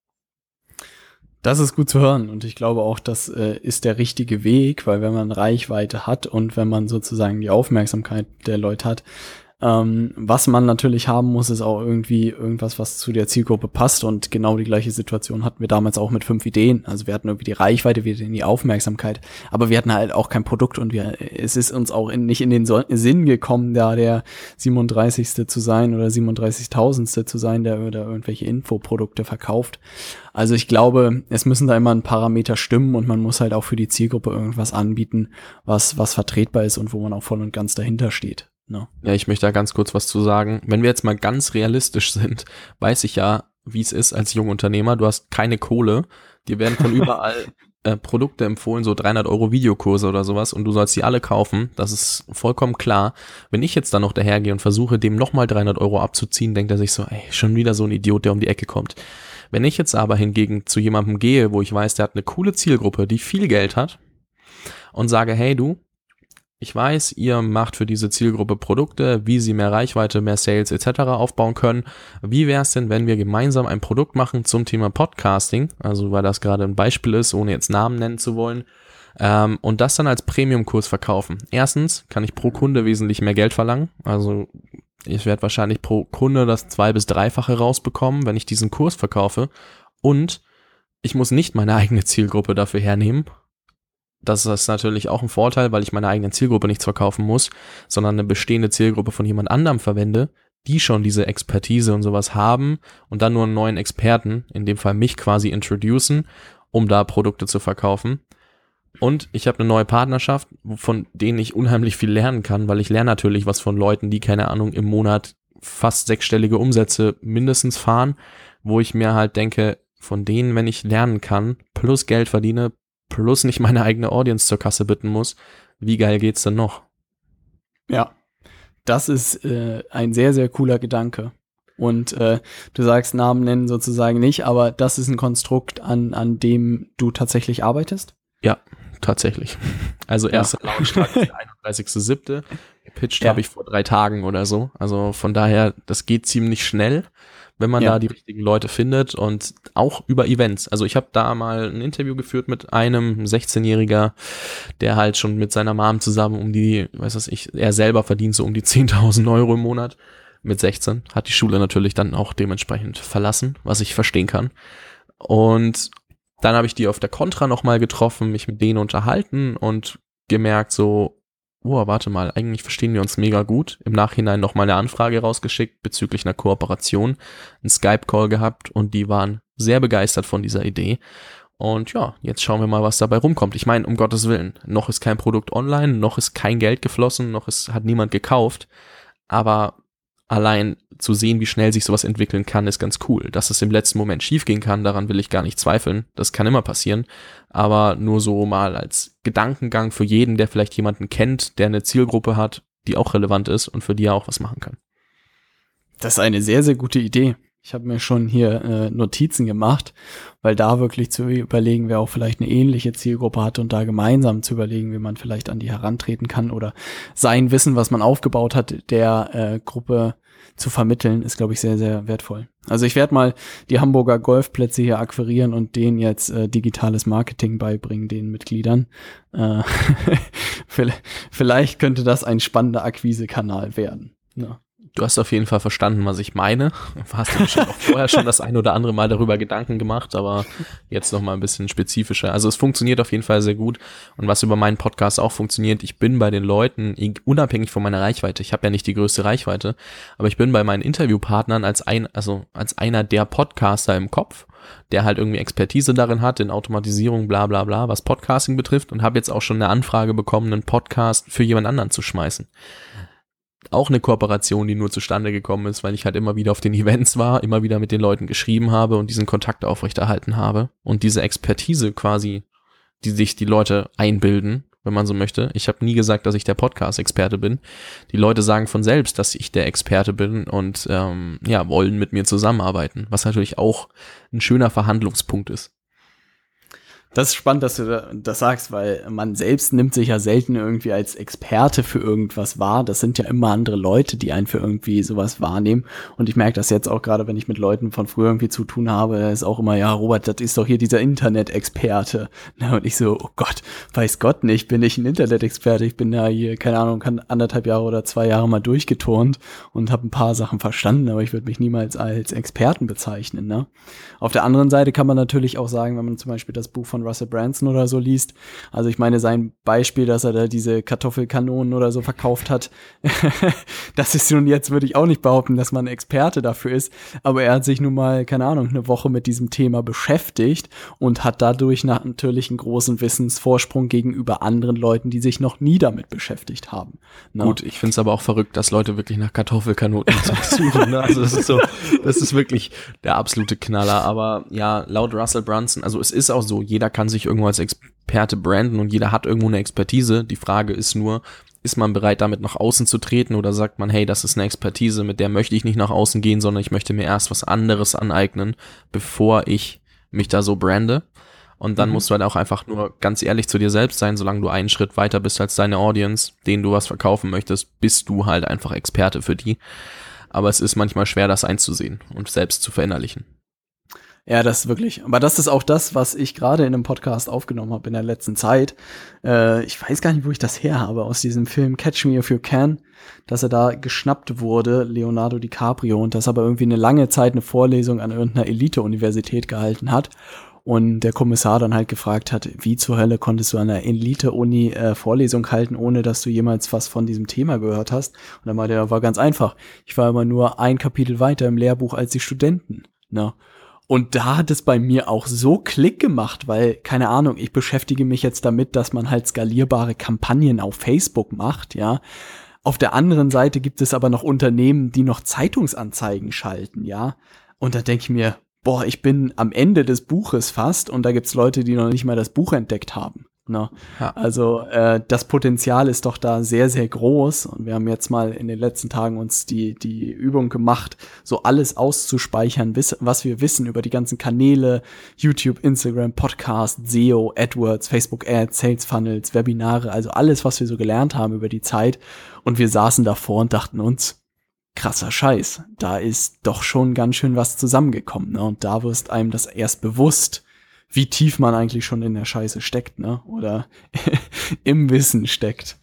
Das ist gut zu hören und ich glaube auch, das äh, ist der richtige Weg, weil wenn man Reichweite hat und wenn man sozusagen die Aufmerksamkeit der Leute hat, Ähm, was man natürlich haben muss, ist auch irgendwie irgendwas, was zu der Zielgruppe passt und genau die gleiche Situation hatten wir damals auch mit fünf Ideen. Also wir hatten irgendwie die Reichweite, wir hatten die Aufmerksamkeit, aber wir hatten halt auch kein Produkt und wir, es ist uns auch in, nicht in den so- Sinn gekommen, da der siebenunddreißigste zu sein oder siebenunddreißigtausendste zu sein, der oder irgendwelche Infoprodukte verkauft. Also ich glaube, es müssen da immer ein Parameter stimmen und man muss halt auch für die Zielgruppe irgendwas anbieten, was, was vertretbar ist und wo man auch voll und ganz dahinter steht. No. Ja, ich möchte da ganz kurz was zu sagen. Wenn wir jetzt mal ganz realistisch sind, weiß ich ja, wie es ist als Jungunternehmer. Du hast keine Kohle. Dir werden von überall äh, Produkte empfohlen, so dreihundert Euro Videokurse oder sowas und du sollst die alle kaufen. Das ist vollkommen klar. Wenn ich jetzt dann noch dahergehe und versuche, dem nochmal dreihundert Euro abzuziehen, denkt er sich so, ey, schon wieder so ein Idiot, der um die Ecke kommt. Wenn ich jetzt aber hingegen zu jemandem gehe, wo ich weiß, der hat eine coole Zielgruppe, die viel Geld hat und sage, hey du, ich weiß, ihr macht für diese Zielgruppe Produkte, wie sie mehr Reichweite, mehr Sales et cetera aufbauen können. Wie wäre es denn, wenn wir gemeinsam ein Produkt machen zum Thema Podcasting, also weil das gerade ein Beispiel ist, ohne jetzt Namen nennen zu wollen, ähm, und das dann als Premium-Kurs verkaufen. Erstens kann ich pro Kunde wesentlich mehr Geld verlangen, also ich werde wahrscheinlich pro Kunde das zwei- bis dreifache rausbekommen, wenn ich diesen Kurs verkaufe und ich muss nicht meine eigene Zielgruppe dafür hernehmen. Das ist natürlich auch ein Vorteil, weil ich meine eigene Zielgruppe nichts verkaufen muss, sondern eine bestehende Zielgruppe von jemand anderem verwende, die schon diese Expertise und sowas haben und dann nur einen neuen Experten, in dem Fall mich quasi introducen, um da Produkte zu verkaufen. Und ich habe eine neue Partnerschaft, von denen ich unheimlich viel lernen kann, weil ich lerne natürlich was von Leuten, die, keine Ahnung, im Monat fast sechsstellige Umsätze mindestens fahren, wo ich mir halt denke, von denen, wenn ich lernen kann, plus Geld verdiene, plus nicht meine eigene Audience zur Kasse bitten muss, wie geil geht's denn noch? Ja, das ist äh, ein sehr, sehr cooler Gedanke. Und äh, du sagst Namen nennen sozusagen nicht, aber das ist ein Konstrukt, an, an dem du tatsächlich arbeitest? Ja, tatsächlich. Also erster ja. Launchtag ist der einunddreißigster siebte Gepitcht ja. habe ich vor drei Tagen oder so. Also von daher, das geht ziemlich schnell, wenn man ja. da die richtigen Leute findet und auch über Events. Also ich habe da mal ein Interview geführt mit einem sechzehnjähriger, der halt schon mit seiner Mom zusammen um die, weiß was ich, er selber verdient so um die zehntausend Euro im Monat. Mit sechzehn hat die Schule natürlich dann auch dementsprechend verlassen, was ich verstehen kann. Und dann habe ich die auf der Contra nochmal getroffen, mich mit denen unterhalten und gemerkt so, oh, warte mal, eigentlich verstehen wir uns mega gut. Im Nachhinein nochmal eine Anfrage rausgeschickt bezüglich einer Kooperation, einen Skype-Call gehabt und die waren sehr begeistert von dieser Idee. Und ja, jetzt schauen wir mal, was dabei rumkommt. Ich meine, um Gottes Willen, noch ist kein Produkt online, noch ist kein Geld geflossen, noch ist, hat niemand gekauft. Aber allein zu sehen, wie schnell sich sowas entwickeln kann, ist ganz cool. Dass es im letzten Moment schiefgehen kann, daran will ich gar nicht zweifeln. Das kann immer passieren. Aber nur so mal als Gedankengang für jeden, der vielleicht jemanden kennt, der eine Zielgruppe hat, die auch relevant ist und für die er auch was machen kann. Das ist eine sehr, sehr gute Idee. Ich habe mir schon hier äh, Notizen gemacht, weil da wirklich zu überlegen, wer auch vielleicht eine ähnliche Zielgruppe hat und da gemeinsam zu überlegen, wie man vielleicht an die herantreten kann oder sein Wissen, was man aufgebaut hat, der äh, Gruppe zu vermitteln, ist, glaube ich, sehr, sehr wertvoll. Also ich werde mal die Hamburger Golfplätze hier akquirieren und denen jetzt äh, digitales Marketing beibringen, den Mitgliedern. Äh, vielleicht könnte das ein spannender Akquisekanal werden. Ja. Du hast auf jeden Fall verstanden, was ich meine. Du hast ja bestimmt auch vorher schon das ein oder andere Mal darüber Gedanken gemacht, aber jetzt noch mal ein bisschen spezifischer. Also es funktioniert auf jeden Fall sehr gut. Und was über meinen Podcast auch funktioniert, ich bin bei den Leuten, unabhängig von meiner Reichweite, ich habe ja nicht die größte Reichweite, aber ich bin bei meinen Interviewpartnern als ein, also als einer der Podcaster im Kopf, der halt irgendwie Expertise darin hat, in Automatisierung, bla bla bla, was Podcasting betrifft, und habe jetzt auch schon eine Anfrage bekommen, einen Podcast für jemand anderen zu schmeißen. Auch eine Kooperation, die nur zustande gekommen ist, weil ich halt immer wieder auf den Events war, immer wieder mit den Leuten geschrieben habe und diesen Kontakt aufrechterhalten habe und diese Expertise quasi, die sich die Leute einbilden, wenn man so möchte. Ich habe nie gesagt, dass ich der Podcast-Experte bin. Die Leute sagen von selbst, dass ich der Experte bin und ähm, ja, wollen mit mir zusammenarbeiten, was natürlich auch ein schöner Verhandlungspunkt ist. Das ist spannend, dass du das sagst, weil man selbst nimmt sich ja selten irgendwie als Experte für irgendwas wahr. Das sind ja immer andere Leute, die einen für irgendwie sowas wahrnehmen. Und ich merke das jetzt auch gerade, wenn ich mit Leuten von früher irgendwie zu tun habe, ist auch immer, ja, Robert, das ist doch hier dieser Internet-Experte. Und ich so, oh Gott, weiß Gott nicht, bin ich ein Internet-Experte. Ich bin da hier, keine Ahnung, anderthalb Jahre oder zwei Jahre mal durchgeturnt und habe ein paar Sachen verstanden, aber ich würde mich niemals als Experten bezeichnen. Ne? Auf der anderen Seite kann man natürlich auch sagen, wenn man zum Beispiel das Buch von Russell Branson oder so liest. Also ich meine, sein Beispiel, dass er da diese Kartoffelkanonen oder so verkauft hat, das ist nun jetzt, würde ich auch nicht behaupten, dass man Experte dafür ist, aber er hat sich nun mal, keine Ahnung, eine Woche mit diesem Thema beschäftigt und hat dadurch natürlich einen großen Wissensvorsprung gegenüber anderen Leuten, die sich noch nie damit beschäftigt haben. Ne? Gut, ich finde es aber auch verrückt, dass Leute wirklich nach Kartoffelkanonen suchen. Ne? Also das ist so, das ist wirklich der absolute Knaller. Aber ja, laut Russell Brunson, also es ist auch so, jeder kann sich irgendwo als Experte branden und jeder hat irgendwo eine Expertise. Die Frage ist nur, ist man bereit, damit nach außen zu treten, oder sagt man, hey, das ist eine Expertise, mit der möchte ich nicht nach außen gehen, sondern ich möchte mir erst was anderes aneignen, bevor ich mich da so brande. Und dann mhm. musst du halt auch einfach nur ganz ehrlich zu dir selbst sein, solange du einen Schritt weiter bist als deine Audience, denen du was verkaufen möchtest, bist du halt einfach Experte für die. Aber es ist manchmal schwer, das einzusehen und selbst zu verinnerlichen. Ja, das ist wirklich. Aber das ist auch das, was ich gerade in einem Podcast aufgenommen habe in der letzten Zeit. Äh, ich weiß gar nicht, wo ich das her habe, aus diesem Film Catch Me If You Can, dass er da geschnappt wurde, Leonardo DiCaprio, und dass aber irgendwie eine lange Zeit eine Vorlesung an irgendeiner Elite-Universität gehalten hat. Und der Kommissar dann halt gefragt hat, wie zur Hölle konntest du an einer Elite-Uni äh, Vorlesung halten, ohne dass du jemals was von diesem Thema gehört hast? Und dann meinte er, war ganz einfach. Ich war immer nur ein Kapitel weiter im Lehrbuch als die Studenten. Ne? Und da hat es bei mir auch so Klick gemacht, weil, keine Ahnung, ich beschäftige mich jetzt damit, dass man halt skalierbare Kampagnen auf Facebook macht, ja. Auf der anderen Seite gibt es aber noch Unternehmen, die noch Zeitungsanzeigen schalten, ja. Und da denke ich mir, boah, ich bin am Ende des Buches fast und da gibt's Leute, die noch nicht mal das Buch entdeckt haben. Ne? Ja. Also äh, das Potenzial ist doch da sehr, sehr groß und wir haben jetzt mal in den letzten Tagen uns die die Übung gemacht, so alles auszuspeichern, wiss, was wir wissen über die ganzen Kanäle, YouTube, Instagram, Podcast, S E O, AdWords, Facebook Ads, Sales Funnels, Webinare, also alles, was wir so gelernt haben über die Zeit, und wir saßen davor und dachten uns, krasser Scheiß, da ist doch schon ganz schön was zusammengekommen, ne? Und da wirst einem das erst bewusst, wie tief man eigentlich schon in der Scheiße steckt, ne? Oder im Wissen steckt.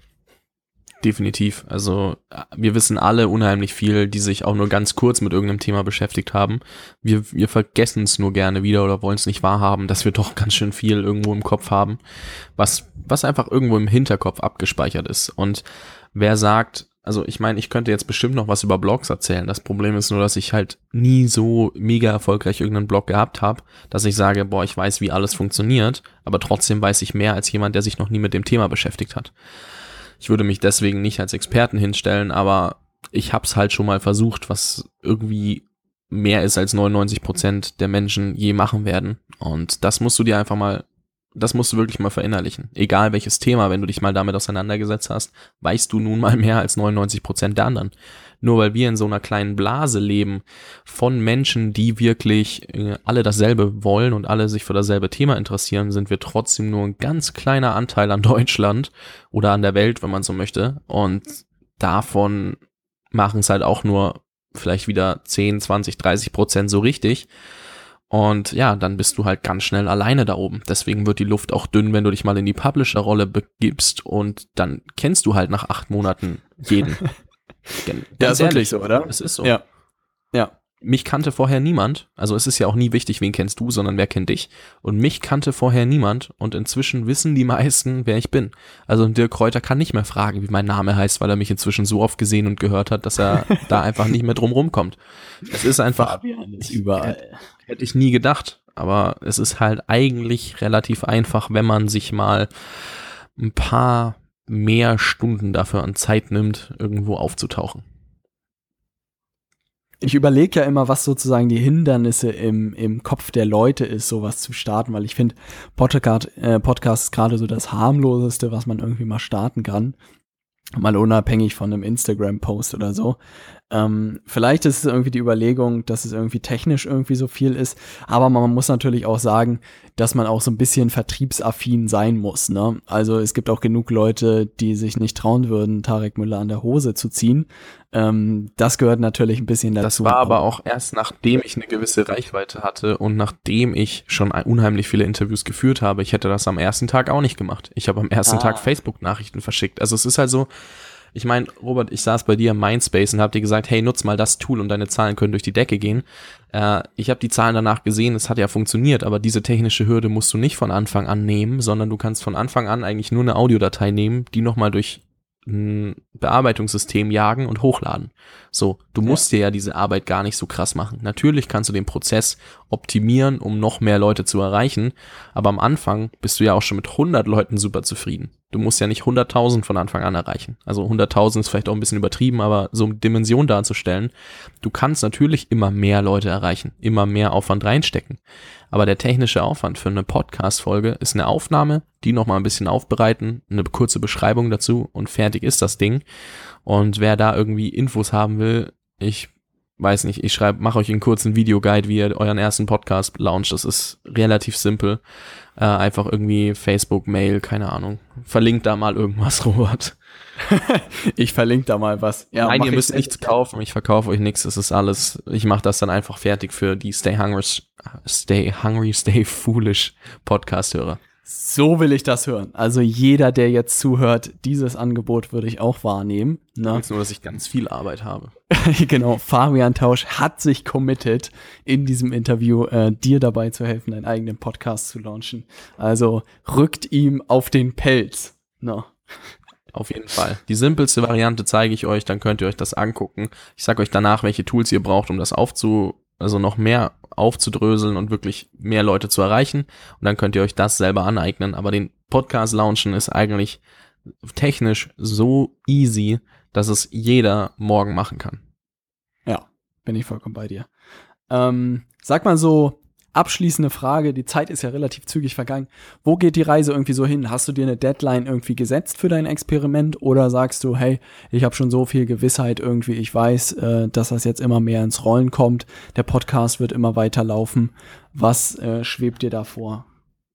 Definitiv. Also wir wissen alle unheimlich viel, die sich auch nur ganz kurz mit irgendeinem Thema beschäftigt haben. Wir, wir vergessen es nur gerne wieder oder wollen es nicht wahrhaben, dass wir doch ganz schön viel irgendwo im Kopf haben, was, was einfach irgendwo im Hinterkopf abgespeichert ist. Und wer sagt, also ich meine, ich könnte jetzt bestimmt noch was über Blogs erzählen. Das Problem ist nur, dass ich halt nie so mega erfolgreich irgendeinen Blog gehabt habe, dass ich sage, boah, ich weiß, wie alles funktioniert, aber trotzdem weiß ich mehr als jemand, der sich noch nie mit dem Thema beschäftigt hat. Ich würde mich deswegen nicht als Experten hinstellen, aber ich habe es halt schon mal versucht, was irgendwie mehr ist als neunundneunzig Prozent der Menschen je machen werden. Und das musst du dir einfach mal, das musst du wirklich mal verinnerlichen. Egal welches Thema, wenn du dich mal damit auseinandergesetzt hast, weißt du nun mal mehr als neunundneunzig Prozent der anderen. Nur weil wir in so einer kleinen Blase leben von Menschen, die wirklich äh, alle dasselbe wollen und alle sich für dasselbe Thema interessieren, sind wir trotzdem nur ein ganz kleiner Anteil an Deutschland oder an der Welt, wenn man so möchte. Und davon machen es halt auch nur vielleicht wieder zehn, zwanzig, dreißig Prozent so richtig. Und ja, dann bist du halt ganz schnell alleine da oben. Deswegen wird die Luft auch dünn, wenn du dich mal in die Publisher-Rolle begibst und dann kennst du halt nach acht Monaten jeden. Ja, ist wirklich so, oder? Es ist so. Ja. Ja. Mich kannte vorher niemand, also es ist ja auch nie wichtig, wen kennst du, sondern wer kennt dich. Und mich kannte vorher niemand und inzwischen wissen die meisten, wer ich bin. Also Dirk Kräuter kann nicht mehr fragen, wie mein Name heißt, weil er mich inzwischen so oft gesehen und gehört hat, dass er da einfach nicht mehr drum rumkommt. Es ist einfach, Fabian ist überall. Hätte, hätte ich nie gedacht, aber es ist halt eigentlich relativ einfach, wenn man sich mal ein paar mehr Stunden dafür an Zeit nimmt, irgendwo aufzutauchen. Ich überlege ja immer, was sozusagen die Hindernisse im, im Kopf der Leute ist, sowas zu starten, weil ich finde, Podcast, äh, Podcast ist gerade so das harmloseste, was man irgendwie mal starten kann. Mal unabhängig von einem Instagram-Post oder so. Ähm, vielleicht ist es irgendwie die Überlegung, dass es irgendwie technisch irgendwie so viel ist, aber man muss natürlich auch sagen, dass man auch so ein bisschen vertriebsaffin sein muss, ne? Also es gibt auch genug Leute, die sich nicht trauen würden, Tarek Müller an der Hose zu ziehen. Ähm, das gehört natürlich ein bisschen dazu. Das war aber auch erst nachdem ich eine gewisse Reichweite hatte und nachdem ich schon unheimlich viele Interviews geführt habe. Ich hätte das am ersten Tag auch nicht gemacht. Ich habe am ersten ah. Tag Facebook-Nachrichten verschickt. Also es ist halt so, ich meine, Robert, ich saß bei dir im Mindspace und habe dir gesagt, hey, nutz mal das Tool und deine Zahlen können durch die Decke gehen. Äh, ich habe die Zahlen danach gesehen, es hat ja funktioniert, aber diese technische Hürde musst du nicht von Anfang an nehmen, sondern du kannst von Anfang an eigentlich nur eine Audiodatei nehmen, die nochmal durch ein Bearbeitungssystem jagen und hochladen. So, du ja. musst dir ja diese Arbeit gar nicht so krass machen. Natürlich kannst du den Prozess optimieren, um noch mehr Leute zu erreichen, aber am Anfang bist du ja auch schon mit hundert Leuten super zufrieden. Du musst ja nicht hunderttausend von Anfang an erreichen. Also hunderttausend ist vielleicht auch ein bisschen übertrieben, aber so eine Dimension darzustellen, du kannst natürlich immer mehr Leute erreichen, immer mehr Aufwand reinstecken. Aber der technische Aufwand für eine Podcast-Folge ist eine Aufnahme, die nochmal ein bisschen aufbereiten, eine kurze Beschreibung dazu und fertig ist das Ding. Und wer da irgendwie Infos haben will, ich weiß nicht, ich schreibe, mache euch einen kurzen Videoguide, wie ihr euren ersten Podcast launcht. Das ist relativ simpel. Äh, einfach irgendwie Facebook, Mail, keine Ahnung. Verlinkt da mal irgendwas, Robert. Ich verlinke da mal was. Ja, Nein, ihr müsst nichts kaufen, ich verkaufe euch nichts, es ist alles, ich mache das dann einfach fertig für die Stay Hungry, Stay Hungry, Stay Foolish Podcast-Hörer. So will ich das hören. Also jeder, der jetzt zuhört, dieses Angebot würde ich auch wahrnehmen. Ne? Jetzt nur, dass ich ganz viel Arbeit habe. Genau, Fabian Tausch hat sich committed, in diesem Interview äh, dir dabei zu helfen, deinen eigenen Podcast zu launchen. Also rückt ihm auf den Pelz. No. Auf jeden Fall. Die simpelste Variante zeige ich euch, dann könnt ihr euch das angucken. Ich sage euch danach, welche Tools ihr braucht, um das aufzu, also noch mehr aufzudröseln und wirklich mehr Leute zu erreichen. Und dann könnt ihr euch das selber aneignen. Aber den Podcast launchen ist eigentlich technisch so easy, dass es jeder morgen machen kann. Ja, bin ich vollkommen bei dir. Ähm, sag mal so, abschließende Frage, die Zeit ist ja relativ zügig vergangen. Wo geht die Reise irgendwie so hin? Hast du dir eine Deadline irgendwie gesetzt für dein Experiment oder sagst du, hey, ich habe schon so viel Gewissheit irgendwie, ich weiß, äh, dass das jetzt immer mehr ins Rollen kommt, der Podcast wird immer weiter laufen. Was äh, schwebt dir da vor?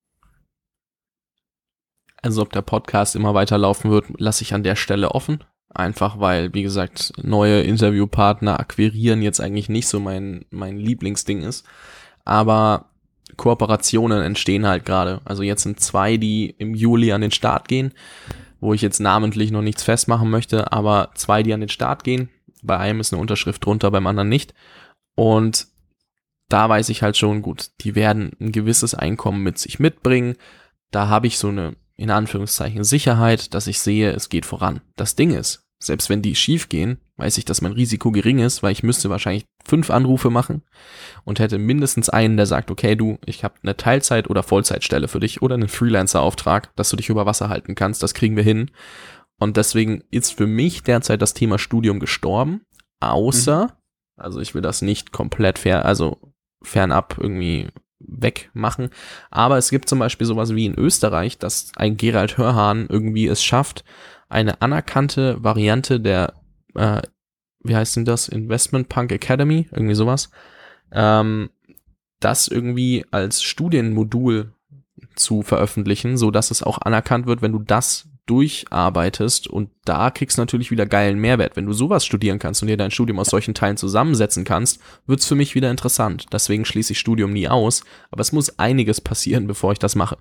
Also ob der Podcast immer weiter laufen wird, lasse ich an der Stelle offen. Einfach weil, wie gesagt, neue Interviewpartner akquirieren jetzt eigentlich nicht so mein, mein Lieblingsding ist. Aber Kooperationen entstehen halt gerade. Also jetzt sind zwei, die im Juli an den Start gehen, wo ich jetzt namentlich noch nichts festmachen möchte, aber zwei, die an den Start gehen. Bei einem ist eine Unterschrift drunter, beim anderen nicht. Und da weiß ich halt schon, gut, die werden ein gewisses Einkommen mit sich mitbringen. Da habe ich so eine, in Anführungszeichen, Sicherheit, dass ich sehe, es geht voran. Das Ding ist, selbst wenn die schief gehen, weiß ich, dass mein Risiko gering ist, weil ich müsste wahrscheinlich fünf Anrufe machen und hätte mindestens einen, der sagt, okay, du, ich habe eine Teilzeit- oder Vollzeitstelle für dich oder einen Freelancer-Auftrag, dass du dich über Wasser halten kannst, das kriegen wir hin. Und deswegen ist für mich derzeit das Thema Studium gestorben, außer, mhm. also ich will das nicht komplett fair, also fernab irgendwie wegmachen, aber es gibt zum Beispiel sowas wie in Österreich, dass ein Gerald Hörhan irgendwie es schafft, eine anerkannte Variante der, äh, wie heißt denn das, Investment Punk Academy, irgendwie sowas, ähm, das irgendwie als Studienmodul zu veröffentlichen, so dass es auch anerkannt wird, wenn du das durcharbeitest, und da kriegst du natürlich wieder geilen Mehrwert. Wenn du sowas studieren kannst und dir dein Studium aus solchen Teilen zusammensetzen kannst, wird's für mich wieder interessant. Deswegen schließe ich Studium nie aus, aber es muss einiges passieren, bevor ich das mache.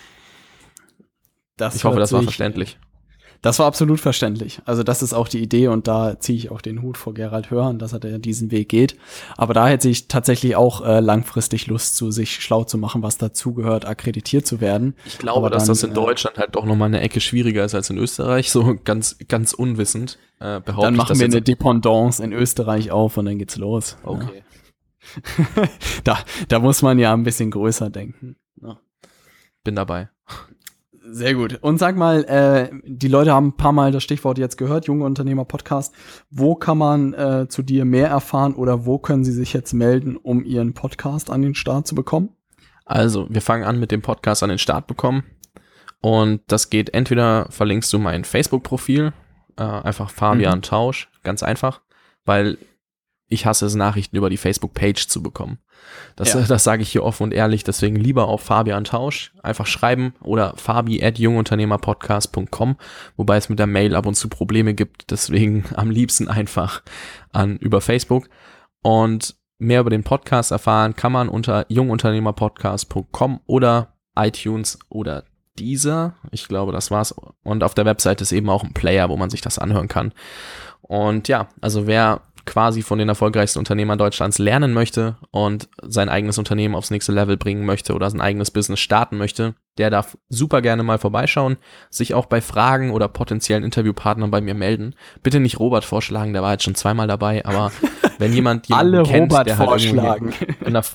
Das ich hoffe, das war verständlich. Das war absolut verständlich. Also das ist auch die Idee, und da ziehe ich auch den Hut vor Gerald Hörhan, dass er diesen Weg geht. Aber da hätte ich tatsächlich auch äh, langfristig Lust zu, sich schlau zu machen, was dazugehört, akkreditiert zu werden. Ich glaube, Aber dass dann, das in Deutschland halt doch nochmal eine Ecke schwieriger ist als in Österreich, so ganz ganz unwissend. Äh, behaupte dann ich machen das wir jetzt eine Dependance in Österreich auf und dann geht's los. Okay. Ja. da, da muss man ja ein bisschen größer denken. Ja. Bin dabei. Sehr gut. Und sag mal, äh, die Leute haben ein paar Mal das Stichwort jetzt gehört, Junge Unternehmer Podcast. Wo kann man äh, zu dir mehr erfahren oder wo können sie sich jetzt melden, um ihren Podcast an den Start zu bekommen? Also, wir fangen an mit dem Podcast an den Start bekommen. Und das geht, entweder verlinkst du mein Facebook-Profil, äh, einfach Fabian mhm. Tausch, ganz einfach, weil ich hasse es, Nachrichten über die Facebook-Page zu bekommen. Das, ja. das sage ich hier offen und ehrlich, deswegen lieber auf Fabian Tausch einfach schreiben oder fabi at jungunternehmerpodcast punkt com, wobei es mit der Mail ab und zu Probleme gibt, deswegen am liebsten einfach an über Facebook. Und mehr über den Podcast erfahren kann man unter jungunternehmerpodcast punkt com oder iTunes oder Deezer. Ich glaube, das war's. Und auf der Webseite ist eben auch ein Player, wo man sich das anhören kann. Und ja, also wer quasi von den erfolgreichsten Unternehmern Deutschlands lernen möchte und sein eigenes Unternehmen aufs nächste Level bringen möchte oder sein eigenes Business starten möchte, der darf super gerne mal vorbeischauen, sich auch bei Fragen oder potenziellen Interviewpartnern bei mir melden. Bitte nicht Robert vorschlagen, der war jetzt schon zweimal dabei, aber wenn jemand jemanden Alle kennt, Robert der halt vorschlagen. In der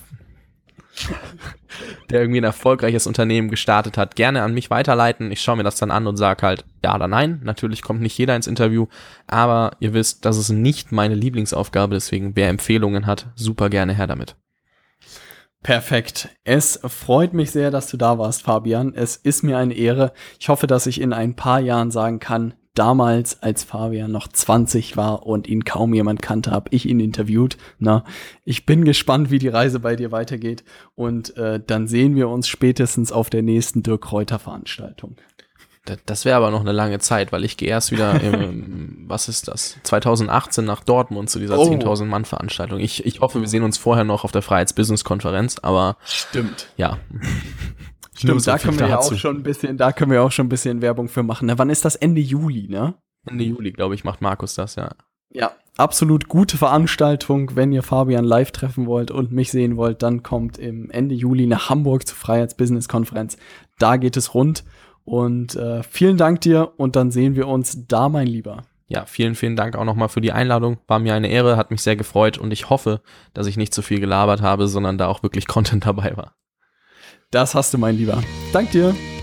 der irgendwie ein erfolgreiches Unternehmen gestartet hat, gerne an mich weiterleiten. Ich schaue mir das dann an und sage halt ja oder nein. Natürlich kommt nicht jeder ins Interview, aber ihr wisst, das ist nicht meine Lieblingsaufgabe, deswegen wer Empfehlungen hat, super gerne her damit. Perfekt. Es freut mich sehr, dass du da warst, Fabian. Es ist mir eine Ehre. Ich hoffe, dass ich in ein paar Jahren sagen kann, damals, als Fabian noch zwanzig war und ihn kaum jemand kannte, habe ich ihn interviewt. Na, ich bin gespannt, wie die Reise bei dir weitergeht. Und äh, dann sehen wir uns spätestens auf der nächsten Dirk-Kräuter-Veranstaltung. Das wäre aber noch eine lange Zeit, weil ich gehe erst wieder, im, was ist das, zwanzig achtzehn nach Dortmund zu dieser oh. zehntausend Mann Veranstaltung. Ich, ich hoffe, wir sehen uns vorher noch auf der Freiheits-Business-Konferenz, aber stimmt. Ja. Stimmt, so da können wir ja auch schon ein bisschen, da können wir auch schon ein bisschen Werbung für machen. Na, wann ist das? Ende Juli, ne? Ende Juli, glaube ich, macht Markus das, ja. Ja, absolut gute Veranstaltung. Wenn ihr Fabian live treffen wollt und mich sehen wollt, dann kommt im Ende Juli nach Hamburg zur Freiheits-Business-Konferenz. Da geht es rund. Und äh, vielen Dank dir und dann sehen wir uns da, mein Lieber. Ja, vielen, vielen Dank auch nochmal für die Einladung. War mir eine Ehre, hat mich sehr gefreut und ich hoffe, dass ich nicht zu viel gelabert habe, sondern da auch wirklich Content dabei war. Das hast du, mein Lieber. Dank dir.